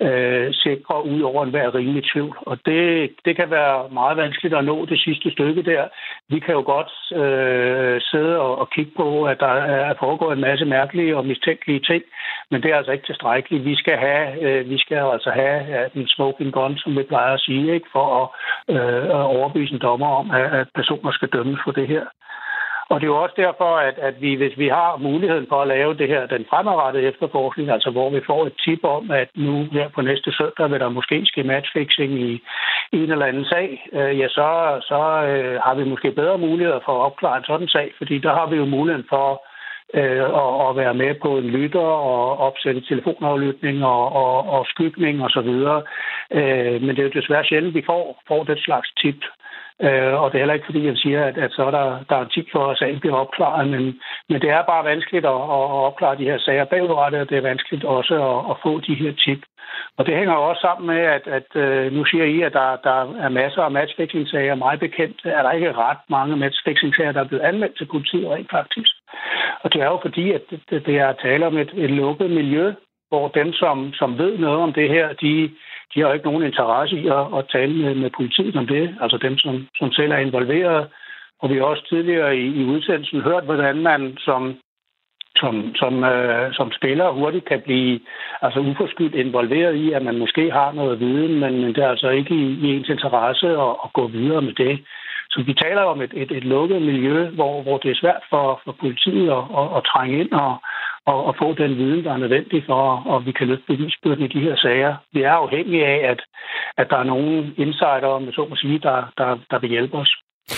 øh, sikre ud over enhver rimelig tvivl. Og det, det kan være meget vanskeligt at nå det sidste stykke der. Vi kan jo godt øh, sidde og, og kigge på, at der er foregået en masse mærkelige og mistænkelige ting, men det er altså ikke tilstrækkeligt. Vi skal have, øh, vi skal altså have en smoking gun, som vi plejer at sige, ikke, for at, øh, at overbevise en dommer om, at, at personer skal dømmes for det her. Og det er jo også derfor, at, at vi, hvis vi har muligheden for at lave det her, den fremadrettede efterforskning, altså hvor vi får et tip om, at nu her på næste søndag vil der måske ske matchfixing i, i en eller anden sag, øh, ja, så, så øh, har vi måske bedre muligheder for at opklare en sådan sag, fordi der har vi jo muligheden for øh, at, at være med på en lytter og opsætte telefonaflytning og, og, og skygning og så videre. Øh, men det er jo desværre sjældent, vi får, får den slags tip. Uh, og det er heller ikke, fordi jeg siger, at, at så er der garanti for, at sagen bliver opklaret, men, men det er bare vanskeligt at, at opklare de her sager bagudrettet, og det er vanskeligt også at, at få de her tip. Og det hænger også sammen med, at, at uh, nu siger I, at der, der er masser af matchfixing-sager. Meget bekendt er der ikke ret mange matchfixing-sager, der er blevet anmeldt til politiet rent faktisk. Og det er jo fordi, at det, det er tale om et, et lukket miljø, hvor dem, som, som ved noget om det her, de De har jo ikke nogen interesse i at, at tale med, med politiet om det, altså dem, som, som selv er involveret. Og vi har også tidligere i, i udsendelsen hørt, hvordan man som, som, som, øh, som spiller hurtigt kan blive altså uforskyldt involveret i, at man måske har noget viden, men, men det er altså ikke i, i ens interesse at, at gå videre med det. Så vi taler om et, et, et lukket miljø, hvor, hvor det er svært for, for politiet at, at, at trænge ind og, og, og få den viden, der er nødvendig for, at vi kan løfte bevisbyrden i de her sager. Vi er afhængige af, at, at der er nogle insider, med så må sige, der, der, der vil hjælpe os.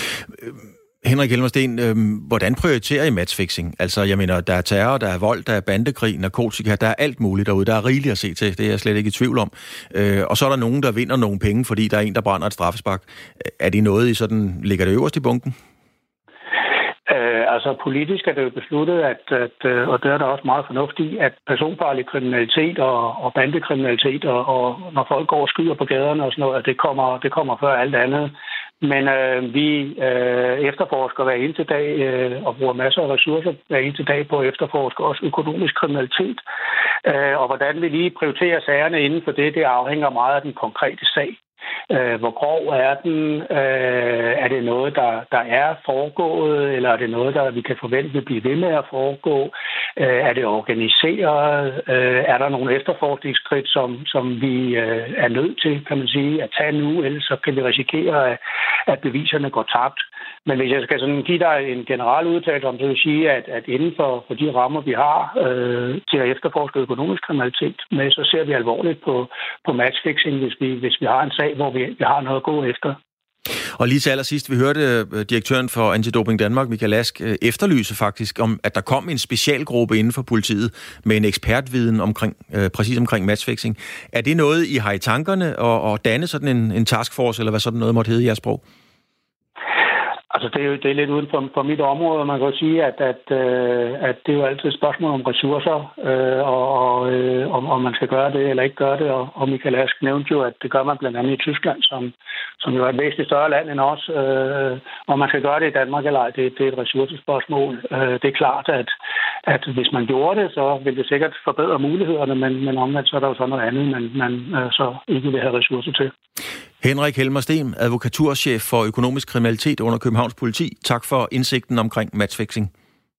Henrik Helmersten, øh, hvordan prioriterer I matchfixing? Altså, jeg mener, der er terror, der er vold, der er bandekrig, narkotika, der er alt muligt derude. Der er rigeligt at se til, det er jeg slet ikke i tvivl om. Øh, og så er der nogen, der vinder nogle penge, fordi der er en, der brænder et straffespark. Er det noget, I sådan ligger det øverst i bunken? Øh, altså politisk er det jo besluttet, at, at, og det er der også meget fornuftigt, at personfarlig kriminalitet og, og bandekriminalitet, og, og når folk går og skyder på gaderne og sådan noget, at det kommer, det kommer før alt andet. Men øh, vi øh, efterforsker hver eneste dag øh, og bruger masser af ressourcer hver eneste dag på at efterforske også økonomisk kriminalitet. Øh, og hvordan vi lige prioriterer sagerne inden for det, det afhænger meget af den konkrete sag. Øh, hvor grov er den? Øh, er det noget, der, der er foregået, eller er det noget, der vi kan forvente vil blive ved med at foregå? Øh, er det organiseret? Øh, er der nogle efterforskningsskridt, som, som vi øh, er nødt til, kan man sige, at tage nu, ellers så kan vi risikere, at, at beviserne går tabt. Men hvis jeg skal sådan give dig en generel udtalelse om, så vil sige, at, at inden for, for de rammer, vi har øh, til at efterforske økonomisk kriminalitet med, så ser vi alvorligt på, på matchfixing, hvis vi, hvis vi har en sag, hvor vi, vi har noget at gå efter. Og lige til allersidst, vi hørte direktøren for Antidoping Danmark, Michael Ask, efterlyse faktisk, om at der kom en specialgruppe inden for politiet med en ekspertviden omkring, øh, præcis omkring matchfixing. Er det noget, I har i tankerne at, at danne sådan en, en taskforce, eller hvad sådan noget måtte hedde i jeres sprog? Altså, det er jo det er lidt uden for, for mit område. Man kan jo sige, at, at, øh, at det er jo altid et spørgsmål om ressourcer, øh, og, og øh, om, om man skal gøre det eller ikke gøre det. Og, og Michael Ask nævnte jo, at det gør man blandt andet i Tyskland, som, som jo er et væsentligt større land end os. Øh, om man skal gøre det i Danmark eller ej, det, det er et ressourcespørgsmål. Øh, det er klart, at, at hvis man gjorde det, så ville det sikkert forbedre mulighederne, men, men omvendt så er der jo så noget andet, man, man øh, så ikke vil have ressourcer til. Henrik Helmersten, advokaturchef for økonomisk kriminalitet under Københavns Politi. Tak for indsigten omkring matchfixing.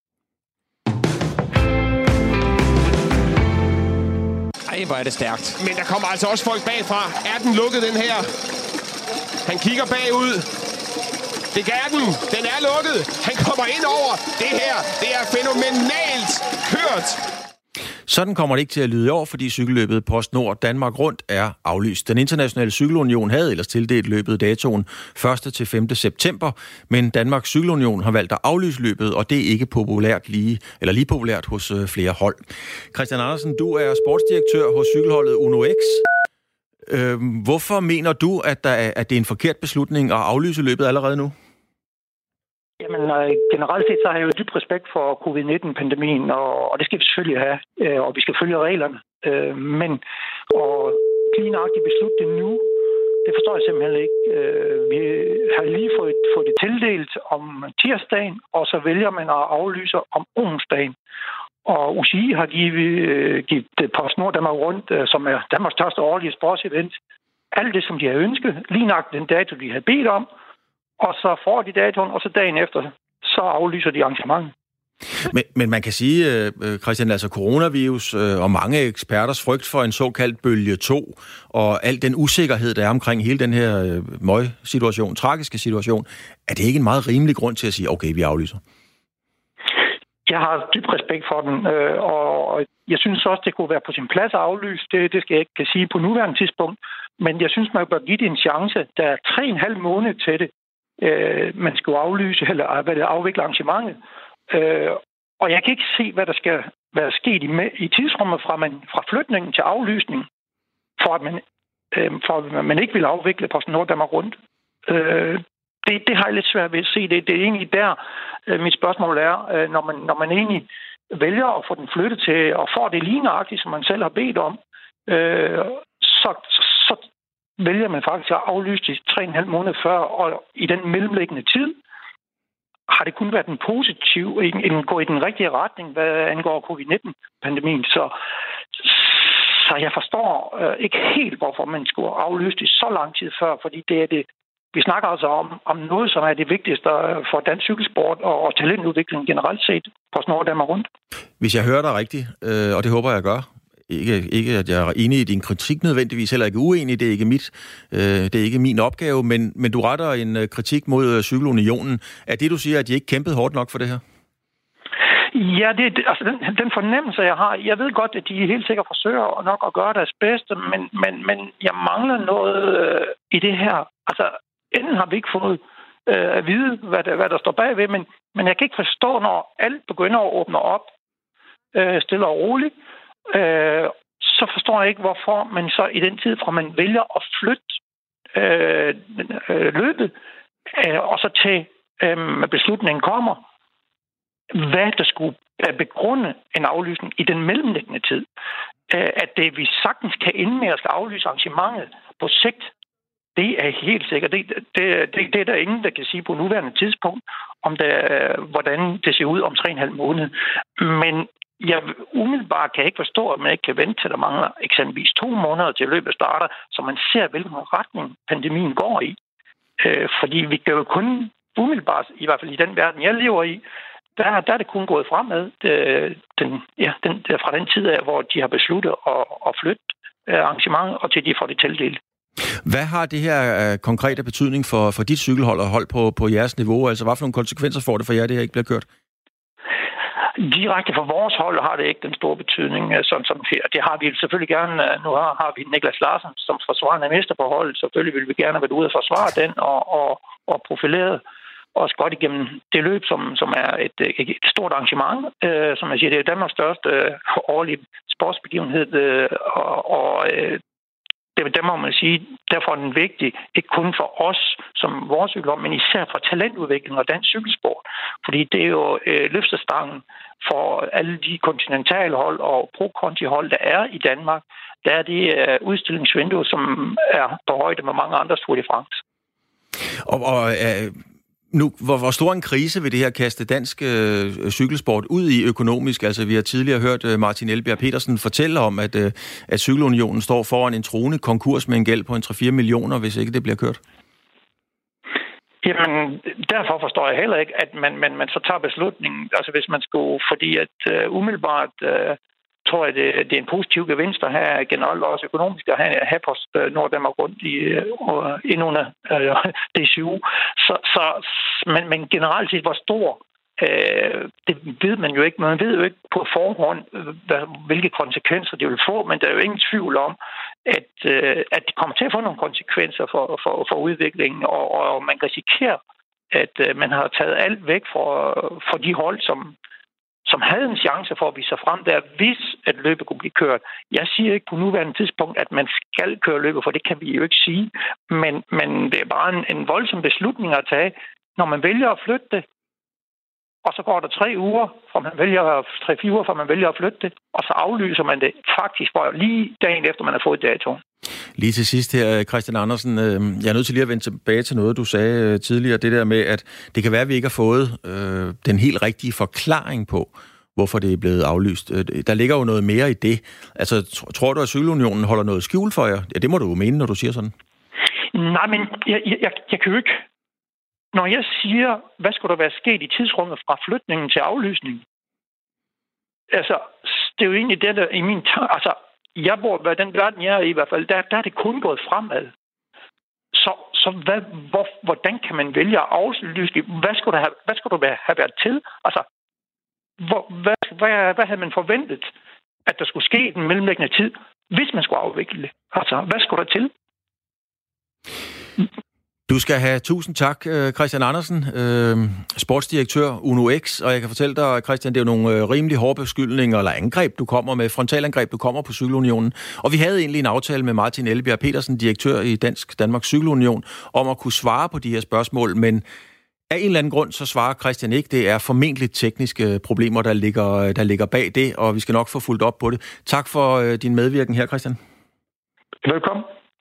Ej, hvor er det stærkt. Men der kommer altså også folk bagfra. Er den lukket, den her? Han kigger bagud. Det er den. Den er lukket. Han kommer ind over. Det her, det er fænomenalt kørt. Sådan kommer det ikke til at lyde i år, fordi cykelløbet PostNord Danmark Rundt er aflyst. Den internationale cykelunion havde ellers tildelt løbet datoen første til femte september, men Danmarks Cykelunion har valgt at aflyse løbet, og det er ikke populært lige, eller lige populært hos øh, flere hold. Christian Andersen, du er sportsdirektør hos cykelholdet Uno X. Øh, hvorfor mener du, at, der er, at det er en forkert beslutning at aflyse løbet allerede nu? Jamen, generelt set så har jeg jo dyb respekt for covid nitten-pandemien, og, og det skal vi selvfølgelig have, og vi skal følge reglerne. Men at lige nøjagtigt beslutte det nu, det forstår jeg simpelthen ikke. Vi har lige fået, fået det tildelt om tirsdagen, og så vælger man at aflyse om onsdagen. Og U C I har givet, givet PostNord Danmark Rundt, som er Danmarks største årlige sportsevent, alt det, som de har ønsket, lige nok den dato, de har bedt om, og så får de datoen, og så dagen efter, så aflyser de arrangementet. Men, men man kan sige, Christian, altså coronavirus og mange eksperters frygt for en såkaldt bølge to, og al den usikkerhed, der er omkring hele den her møg-situation, tragiske situation, er det ikke en meget rimelig grund til at sige, okay, vi aflyser? Jeg har dyb respekt for den, og jeg synes også, det kunne være på sin plads at aflyse. Det, det skal jeg ikke sige på nuværende tidspunkt, men jeg synes, man bør give det en chance. Der er tre og en halv måned til det. Man skal aflyse eller afvikle arrangementet. Øh, og jeg kan ikke se, hvad der skal være sket i, i tidsrummet fra, man, fra flytningen til aflysning, for at man, øh, for at man ikke vil afvikle PostNord Danmark Rundt. Øh, det, det har jeg lidt svært ved at se. Det, det er egentlig der, øh, mit spørgsmål er, øh, når, man, når man egentlig vælger at få den flyttet til, og får det lige nøjagtigt, som man selv har bedt om, øh, så, så vælger man faktisk at aflyse det tre og en halv måned før, og i den mellemliggende tid, har det kun været en positiv, en gå i den rigtige retning, hvad angår covid nitten-pandemien. Så, så jeg forstår øh, ikke helt, hvorfor man skulle aflyse det så lang tid før, fordi det er det, vi snakker altså om, om noget, som er det vigtigste for dansk cykelsport og, og talentudvikling generelt set på PostNord Danmark Rundt. Hvis jeg hører dig rigtigt, øh, og det håber jeg gør, Ikke, ikke at jeg er enig i din kritik nødvendigvis, heller ikke uenig, det er ikke mit, øh, det er ikke min opgave, men, men du retter en uh, kritik mod uh, Cykelunionen. Er det, du siger, at de ikke kæmpede hårdt nok for det her? Ja, det, altså den, den fornemmelse, jeg har, jeg ved godt, at de helt sikkert forsøger nok at gøre deres bedste, men, men, men jeg mangler noget øh, i det her. Altså, enten har vi ikke fået øh, at vide, hvad der, hvad der står bagved, men, men jeg kan ikke forstå, når alt begynder at åbne op øh, stille og roligt, Øh, så forstår jeg ikke, hvorfor man så i den tid, fra man vælger at flytte øh, øh, løbet, øh, og så til øh, beslutningen kommer, hvad der skulle begrunde en aflysning i den mellemliggende tid. Øh, at det vi sagtens kan ende med at skal aflyse arrangementet på sigt, det er helt sikkert. Det, det, det, det er der ingen, der kan sige på nuværende tidspunkt, om det, hvordan det ser ud om tre og en halv måned. Men jeg umiddelbart kan ikke forstå, at man ikke kan vente til, der mangler eksempelvis to måneder til løbet starter, så man ser, hvilken retning pandemien går i. Øh, fordi vi kan jo kun umiddelbart, i hvert fald i den verden, jeg lever i, der, der er det kun gået fremad det, den, ja, den, fra den tid af, hvor de har besluttet at, at flytte arrangementet, og til de får det tildelt. Hvad har det her uh, konkrete betydning for, for dit cykelhold og hold på, på jeres niveau? Altså, hvad for nogle konsekvenser får det for jer, det her ikke bliver kørt? Direkte for vores hold har det ikke den store betydning, sådan som her. Det har vi selvfølgelig gerne. Nu har, har vi Niklas Larsen som forsvarende mester på holdet. Selvfølgelig vil vi gerne have været ude og forsvare den og, og, og profileret os godt igennem det løb, som, som er et, et stort arrangement. Øh, som jeg siger, det er Danmarks største øh, årlige sportsbegivenhed, øh, og, og øh, det, der må man sige, derfor er den vigtig, ikke kun for os som vores cykelhold, men især for talentudvikling og dansk cykelsport. Fordi det er jo øh, løftestangen for alle de kontinentale hold og pro-konti-hold, der er i Danmark. Der er det øh, udstillingsvindue, som er på højde med mange andre Tour de France. Og, og øh... Nu, hvor, hvor stor en krise vil det her kaste dansk øh, cykelsport ud i økonomisk? Altså, vi har tidligere hørt øh, Martin Elbjerg Petersen fortælle om, at, øh, at Cykelunionen står foran en truende konkurs med en gæld på en tre til fire millioner, hvis ikke det bliver kørt. Jamen, derfor forstår jeg heller ikke, at man, man, man så tager beslutningen. Altså, hvis man skulle, fordi at øh, umiddelbart øh, tror jeg, det, det er en positiv gevinst at have generelt også økonomisk at have, have PostNord Danmark Rundt i, uh, ind under uh, D C U. Så, så, men, men generelt set, hvor stor, uh, det ved man jo ikke. Man ved jo ikke på forhånd, hvad, hvilke konsekvenser det vil få, men der er jo ingen tvivl om, at, uh, at det kommer til at få nogle konsekvenser for, for, for udviklingen, og, og man risikerer, at uh, man har taget alt væk for, for de hold, som som havde en chance for at vise sig frem der, hvis at løbet kunne blive kørt. Jeg siger ikke på nuværende tidspunkt, at man skal køre løbet, for det kan vi jo ikke sige. Men, men det er bare en, en voldsom beslutning at tage, når man vælger at flytte det, og så går der tre uger, fra man vælger, tre-fire uger, fra man vælger at flytte det, og så aflyser man det faktisk bare lige dagen efter, man har fået datoen. Lige til sidst her, Christian Andersen, jeg er nødt til lige at vende tilbage til noget, du sagde tidligere, det der med, at det kan være, at vi ikke har fået øh, den helt rigtige forklaring på, hvorfor det er blevet aflyst. Der ligger jo noget mere i det. Altså, tror du, at Cykelunionen holder noget skjul for jer? Ja, det må du jo mene, når du siger sådan. Nej, men jeg, jeg, jeg kan jo ikke... Når jeg siger, hvad skulle der være sket i tidsrummet fra flytningen til aflysningen? Altså, det er jo egentlig det, der i min tanke... Altså, jeg bor, hvad den verden jeg er i, i hvert fald, der, der er det kun gået fremad. Så, så hvad, hvor, hvordan kan man vælge at aflyse? Hvad skulle der have, hvad skulle der have været til? Altså, hvor, hvad, hvad, hvad havde man forventet, at der skulle ske i den mellemliggende tid, hvis man skulle afvikle det? Altså, hvad skulle der til? Du skal have tusind tak, Christian Andersen, øh, sportsdirektør Uno X, og jeg kan fortælle dig, Christian, det er jo nogle øh, rimelig hårde beskyldninger eller angreb, du kommer med, frontalangreb, du kommer på Cykelunionen. Og vi havde egentlig en aftale med Martin Ellebjerg Petersen, direktør i Dansk Danmarks Cykelunion, om at kunne svare på de her spørgsmål, men af en eller anden grund, så svarer Christian ikke. Det er formentlig tekniske problemer, der ligger, der ligger bag det, og vi skal nok få fulgt op på det. Tak for øh, din medvirken her, Christian. Velkommen.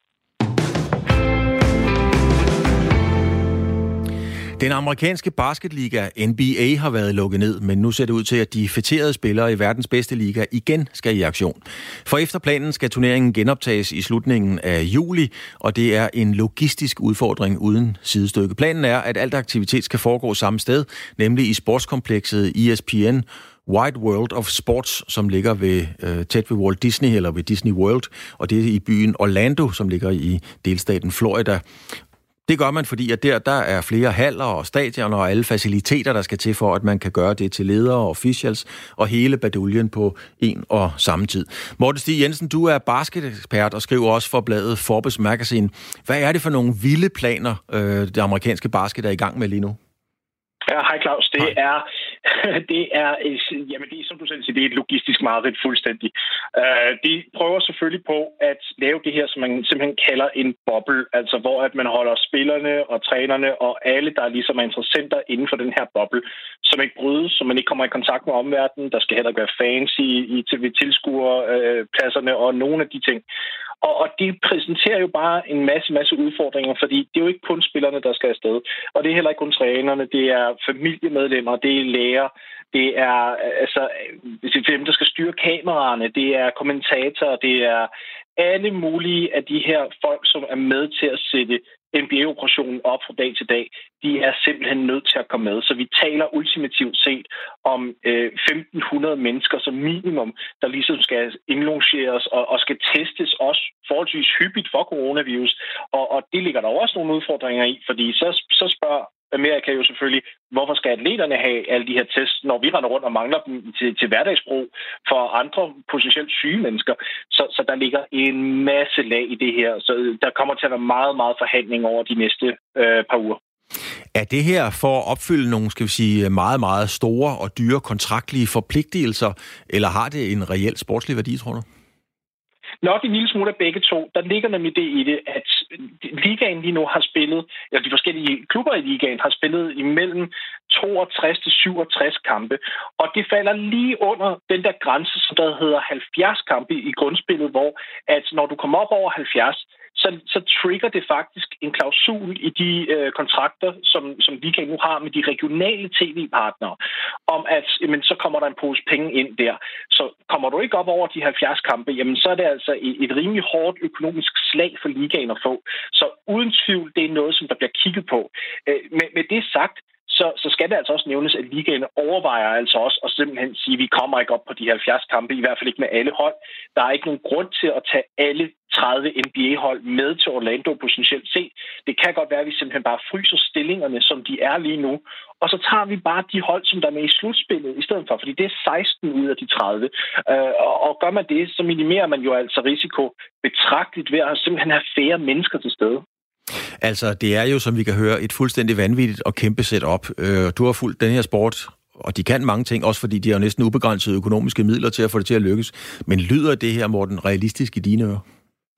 Den amerikanske basketliga N B A har været lukket ned, men nu ser det ud til, at de fætterede spillere i verdens bedste liga igen skal i aktion. For efter planen skal turneringen genoptages i slutningen af juli, og det er en logistisk udfordring uden sidestykke. Planen er, at alt aktivitet skal foregå samme sted, nemlig i sportskomplekset E S P N Wide World of Sports, som ligger ved, øh, tæt ved Walt Disney, eller ved Disney World, og det er i byen Orlando, som ligger i delstaten Florida. Det gør man, fordi at der, der er flere haller og stadioner og alle faciliteter, der skal til for, at man kan gøre det til ledere og officials og hele baduljen på en og samme tid. Morten Stig Jensen, du er basketekspert og skriver også for bladet Forbes Magazine. Hvad er det for nogle vilde planer, øh, det amerikanske basket er i gang med lige nu? Ja, hej Claus. Det er, det er, jamen det er, som du selv siger, det er et logistisk mareridt fuldstændig. Uh, de prøver selvfølgelig på at lave det her, som man simpelthen kalder en boble, altså hvor at man holder spillerne og trænerne og alle, der ligesom er interessenter inden for den her boble, som ikke brydes, så man ikke kommer i kontakt med omverdenen. Der skal heller ikke være fans i, i tilskuerpladserne uh, og nogle af de ting. Og, og de præsenterer jo bare en masse, masse udfordringer, fordi det er jo ikke kun spillerne, der skal afsted. Og det er heller ikke kun trænerne, det er familiemedlemmer, det er læger, det er altså dem, der skal styre kameraerne, det er kommentatorer, det er alle mulige af de her folk, som er med til at sætte N B A-operationen op fra dag til dag, de er simpelthen nødt til at komme med. Så vi taler ultimativt set om øh, femten hundrede mennesker som minimum, der ligesom skal indlogeres og, og skal testes også forholdsvis hyppigt for coronavirus. Og, og det ligger der også nogle udfordringer i, fordi så, så spørger Amerika jo selvfølgelig, hvorfor skal atleterne have alle de her tests, når vi render rundt og mangler dem til, til hverdagsbrug for andre potentielt syge mennesker. Så, så der ligger en masse lag i det her. Så der kommer til at være meget, meget forhandling over de næste øh, par uger. Er det her for at opfylde nogle, skal vi sige, meget, meget store og dyre kontraktlige forpligtelser, eller har det en reel sportslig værdi, tror du? Nok en lille smule af begge to. Der ligger nemlig det i det, at ligaen lige nu har spillet, eller de forskellige klubber i ligaen har spillet imellem toogtres til syvogtres kampe. Og det falder lige under den der grænse, som der hedder halvfjerds kampe i grundspillet, hvor at når du kommer op over halvfjerds, så, så trigger det faktisk en klausul i de øh, kontrakter, som, som ligaen nu har med de regionale tv-partnere, om at jamen, så kommer der en pose penge ind der. Så kommer du ikke op over de halvfjerds kampe, jamen, så er det altså et, et rimelig hårdt økonomisk slag for ligaen at få. Så uden tvivl, det er noget, som der bliver kigget på. Øh, med, med det sagt, Så, så skal det altså også nævnes, at ligaen overvejer altså også at simpelthen sige, at vi kommer ikke op på de halvfjerds kampe, i hvert fald ikke med alle hold. Der er ikke nogen grund til at tage alle tredive N B A-hold med til Orlando potentielt set. Det kan godt være, at vi simpelthen bare fryser stillingerne, som de er lige nu. Og så tager vi bare de hold, som der er med i slutspillet i stedet for, fordi det er seksten ud af de tredive. Øh, og, og gør man det, så minimerer man jo altså risiko betragteligt ved at simpelthen have færre mennesker til stede. Altså, det er jo, som vi kan høre, et fuldstændig vanvittigt og kæmpe setup. Øh, du har fulgt den her sport, og de kan mange ting, også fordi de har næsten ubegrænsede økonomiske midler til at få det til at lykkes. Men lyder det her, Morten, realistisk i dine ører?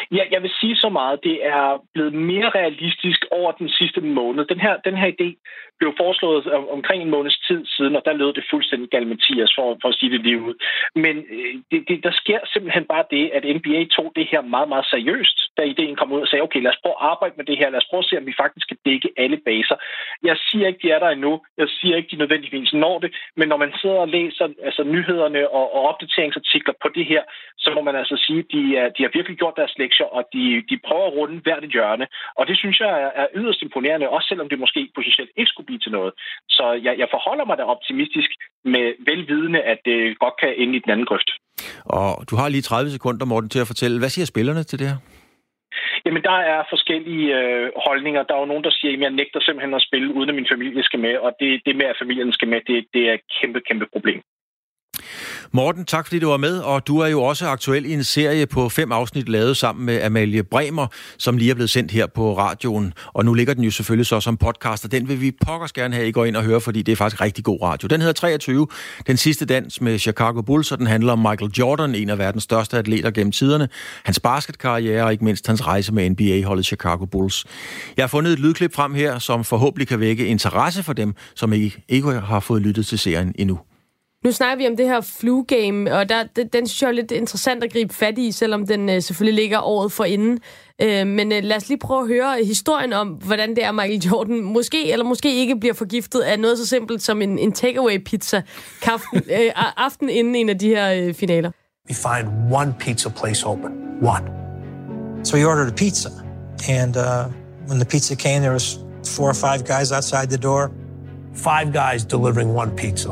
Ja, jeg vil sige så meget. Det er blevet mere realistisk over den sidste måned. Den her, den her idé blev foreslået omkring en måneds tid siden, og der lød det fuldstændig galimatias for, for at sige det lige ud. Men det, det, der sker simpelthen bare det, at N B A tog det her meget, meget seriøst, da ideen kom ud og sagde, okay, lad os prøve at arbejde med det her. Lad os prøve at se, om vi faktisk kan dække alle baser. Jeg siger ikke, de er der endnu. Jeg siger ikke, de nødvendigvis når det. Men når man sidder og læser altså, nyhederne og, og opdateringsartikler på det her, så må man altså sige, at de, er, de har virkelig gjort deres lektier, og de, de prøver at runde hvert et hjørne. Og det synes jeg er, er yderst imponerende, også selvom det måske potentielt ikke skulle blive til noget. Så jeg, jeg forholder mig da optimistisk med velvidende, at det godt kan ende i den anden grøft. Og du har lige tredive sekunder, Morten, til at fortælle. Hvad siger spillerne til det her? Jamen, der er forskellige øh, holdninger. Der er jo nogen, der siger, at jeg nægter simpelthen at spille, uden at min familie skal med. Og det, det med, at familien skal med, det, det er et kæmpe, kæmpe problem. Morten, tak fordi du var med, og du er jo også aktuel i en serie på fem afsnit lavet sammen med Amalie Bremer, som lige er blevet sendt her på radioen, og nu ligger den jo selvfølgelig så som podcast, og den vil vi pokkers gerne have, I går ind og høre, fordi det er faktisk rigtig god radio. Den hedder treogtyve, den sidste dans med Chicago Bulls, og den handler om Michael Jordan, en af verdens største atleter gennem tiderne, hans basketkarriere og ikke mindst hans rejse med N B A-holdet Chicago Bulls. Jeg har fundet et lydklip frem her, som forhåbentlig kan vække interesse for dem, som ikke, ikke har fået lyttet til serien endnu. Nu snakker vi om det her flu game, og der, den synes jeg er lidt interessant at gribe fat i, selvom den øh, selvfølgelig ligger året forinden. Øh, men øh, lad os lige prøve at høre historien om, hvordan det er, Michael Jordan måske eller måske ikke bliver forgiftet af noget så simpelt som en, en takeaway-pizza kaften, øh, aften inden en af de her øh, finaler. We find one pizza place open. One. So we ordered a pizza. And uh, when the pizza came, there was four or five guys outside the door. Five guys delivering one pizza.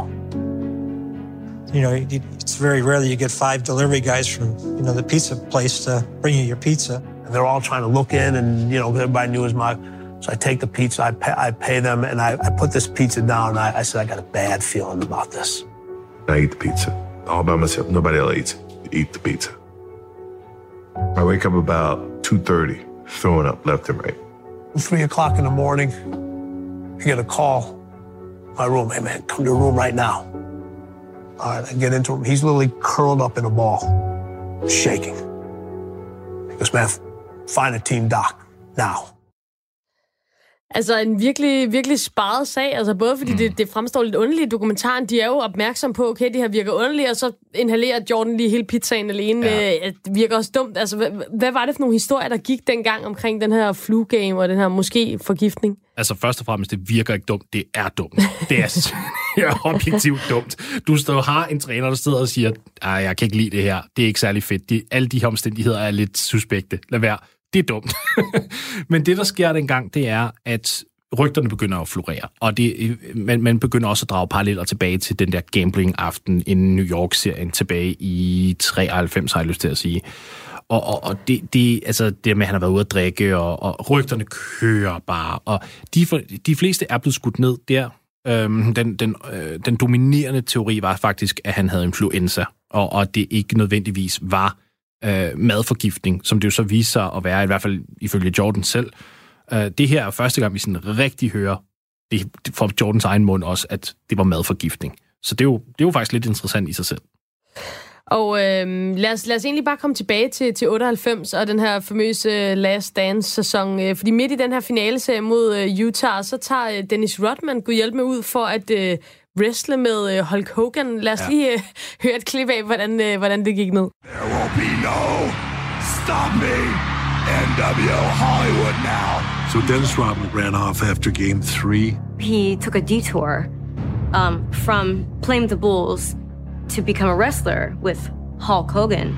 You know, it's very rare that you get five delivery guys from, you know, the pizza place to bring you your pizza. And they're all trying to look in, and, you know, everybody knew it was my... So I take the pizza, I pay, I pay them, and I, I put this pizza down, and I, I said, I got a bad feeling about this. I eat the pizza. All by myself. Nobody else eats. Eat the pizza. I wake up about two thirty, throwing up left and right. Three o'clock in the morning, I get a call. My room, hey, man, come to the room right now. All right, I get into him. He's literally curled up in a ball, shaking. He goes, man, find a team doc now. Altså en virkelig, virkelig sparet sag, altså både fordi mm. det, det fremstår lidt underligt i dokumentaren, de er jo opmærksom på, okay, det her virker underligt, og så inhalerer Jordan lige hele pizzaen alene, ja. Det virker også dumt. Altså, hvad, hvad var det for nogle historier, der gik dengang omkring den her flu game og den her måske forgiftning? Altså først og fremmest, det virker ikke dumt, det er dumt. Det er, det er objektivt dumt. Du står, har en træner, der sidder og siger, jeg kan ikke lide det her, det er ikke særlig fedt, de, alle de her omstændigheder er lidt suspekte, lad være. Det er dumt. Men det, der sker dengang, det er, at rygterne begynder at florere. Og det, man, man begynder også at drage paralleller tilbage til den der gambling-aften i New York-serien tilbage i treoghalvfems, har jeg lyst til at sige. Og, og, og det, det, altså det med, at han har været ude at drikke, og, og rygterne kører bare. Og de, de fleste er blevet skudt ned der. Øhm, den, den, øh, den dominerende teori var faktisk, at han havde influenza, og, og det ikke nødvendigvis var Øh, madforgiftning, som det jo så viser sig at være, i hvert fald ifølge Jordan selv. Øh, det her er første gang, vi sådan rigtig hører det fra Jordans egen mund også, at det var madforgiftning. Så det er jo, det er jo faktisk lidt interessant i sig selv. Og øh, lad, os, lad os egentlig bare komme tilbage til, til otteoghalvfems og den her famøse Last Dance-sæson. Øh, fordi midt i den her finaleserie mod øh, Utah, så tager øh, Dennis Rodman Gud hjælp med ud for at øh, wrestle med øh, Hulk Hogan. Lad os ja. lige øh, høre et klip af, hvordan, øh, hvordan det gik ned. There will be no stop me, N W Hollywood now. So Dennis Rodman ran off after game three. He took a detour um, from playing the Bulls to become a wrestler with Hulk Hogan.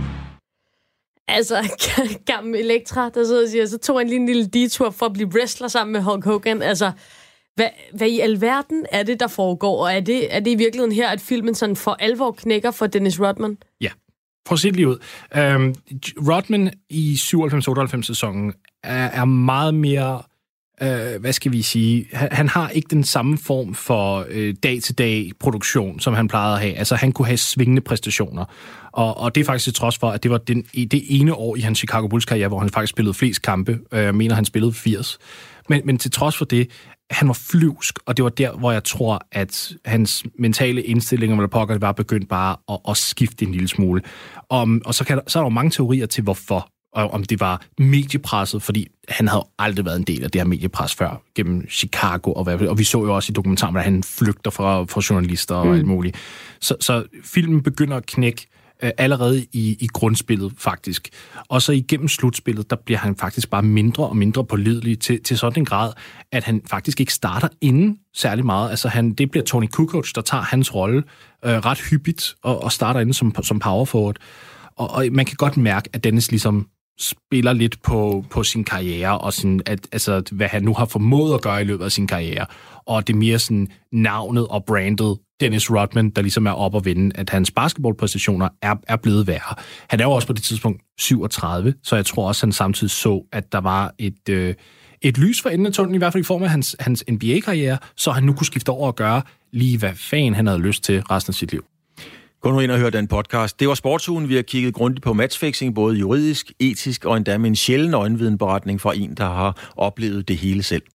Altså, gammel Elektra, der sidder og siger, så tog han lige en lille detour for at blive wrestler sammen med Hulk Hogan. Altså, hvad, hvad i alverden er det, der foregår? Og er det, er det i virkeligheden her, at filmen sådan for alvor knækker for Dennis Rodman? Ja, prøv at se det lige ud. Um, Rodman i syvoghalvfems otteoghalvfems sæsonen er, er meget mere... Uh, hvad skal vi sige, han, han har ikke den samme form for uh, dag-til-dag produktion, som han plejede at have. Altså, han kunne have svingende præstationer. Og, og det er faktisk til trods for, at det var den, det ene år i hans Chicago Bulls-karriere, hvor han faktisk spillede flest kampe. Uh, jeg mener, han spillede firs. Men, men til trods for det, han var flyvsk, og det var der, hvor jeg tror, at hans mentale indstillinger eller pokker var begyndt bare at, at skifte en lille smule. Um, og så, kan der, så er der jo mange teorier til, hvorfor. og om det var mediepresset, fordi han havde aldrig været en del af det her mediepres før, gennem Chicago, og, hvad, og vi så jo også i dokumentaren, at han flygter fra, fra journalister og mm. alt muligt. Så, så filmen begynder at knække øh, allerede i, i grundspillet, faktisk. Og så igennem slutspillet, der bliver han faktisk bare mindre og mindre pålidelig til, til sådan en grad, at han faktisk ikke starter inden særlig meget. Altså han, det bliver Tony Kukoc, der tager hans rolle øh, ret hyppigt, og, og starter inden som, som power forward. Og, og man kan godt mærke, at Dennis ligesom spiller lidt på, på sin karriere, og sin, at, altså, hvad han nu har formået at gøre i løbet af sin karriere. Og det er mere sådan navnet og brandet Dennis Rodman, der ligesom er op at vinde, at hans basketballpræstationer er, er blevet værre. Han er jo også på det tidspunkt syvogtredive, så jeg tror også, at han samtidig så, at der var et, øh, et lys for enden af tunnelen, i hvert fald i form af hans, hans N B A-karriere, så han nu kunne skifte over og gøre lige, hvad fanden han havde lyst til resten af sit liv. Gå nu ind og hør den podcast. Det var Sportsugen. Vi har kigget grundigt på matchfixing, både juridisk, etisk og endda med en sjælden øjenvidenberetning fra en, der har oplevet det hele selv.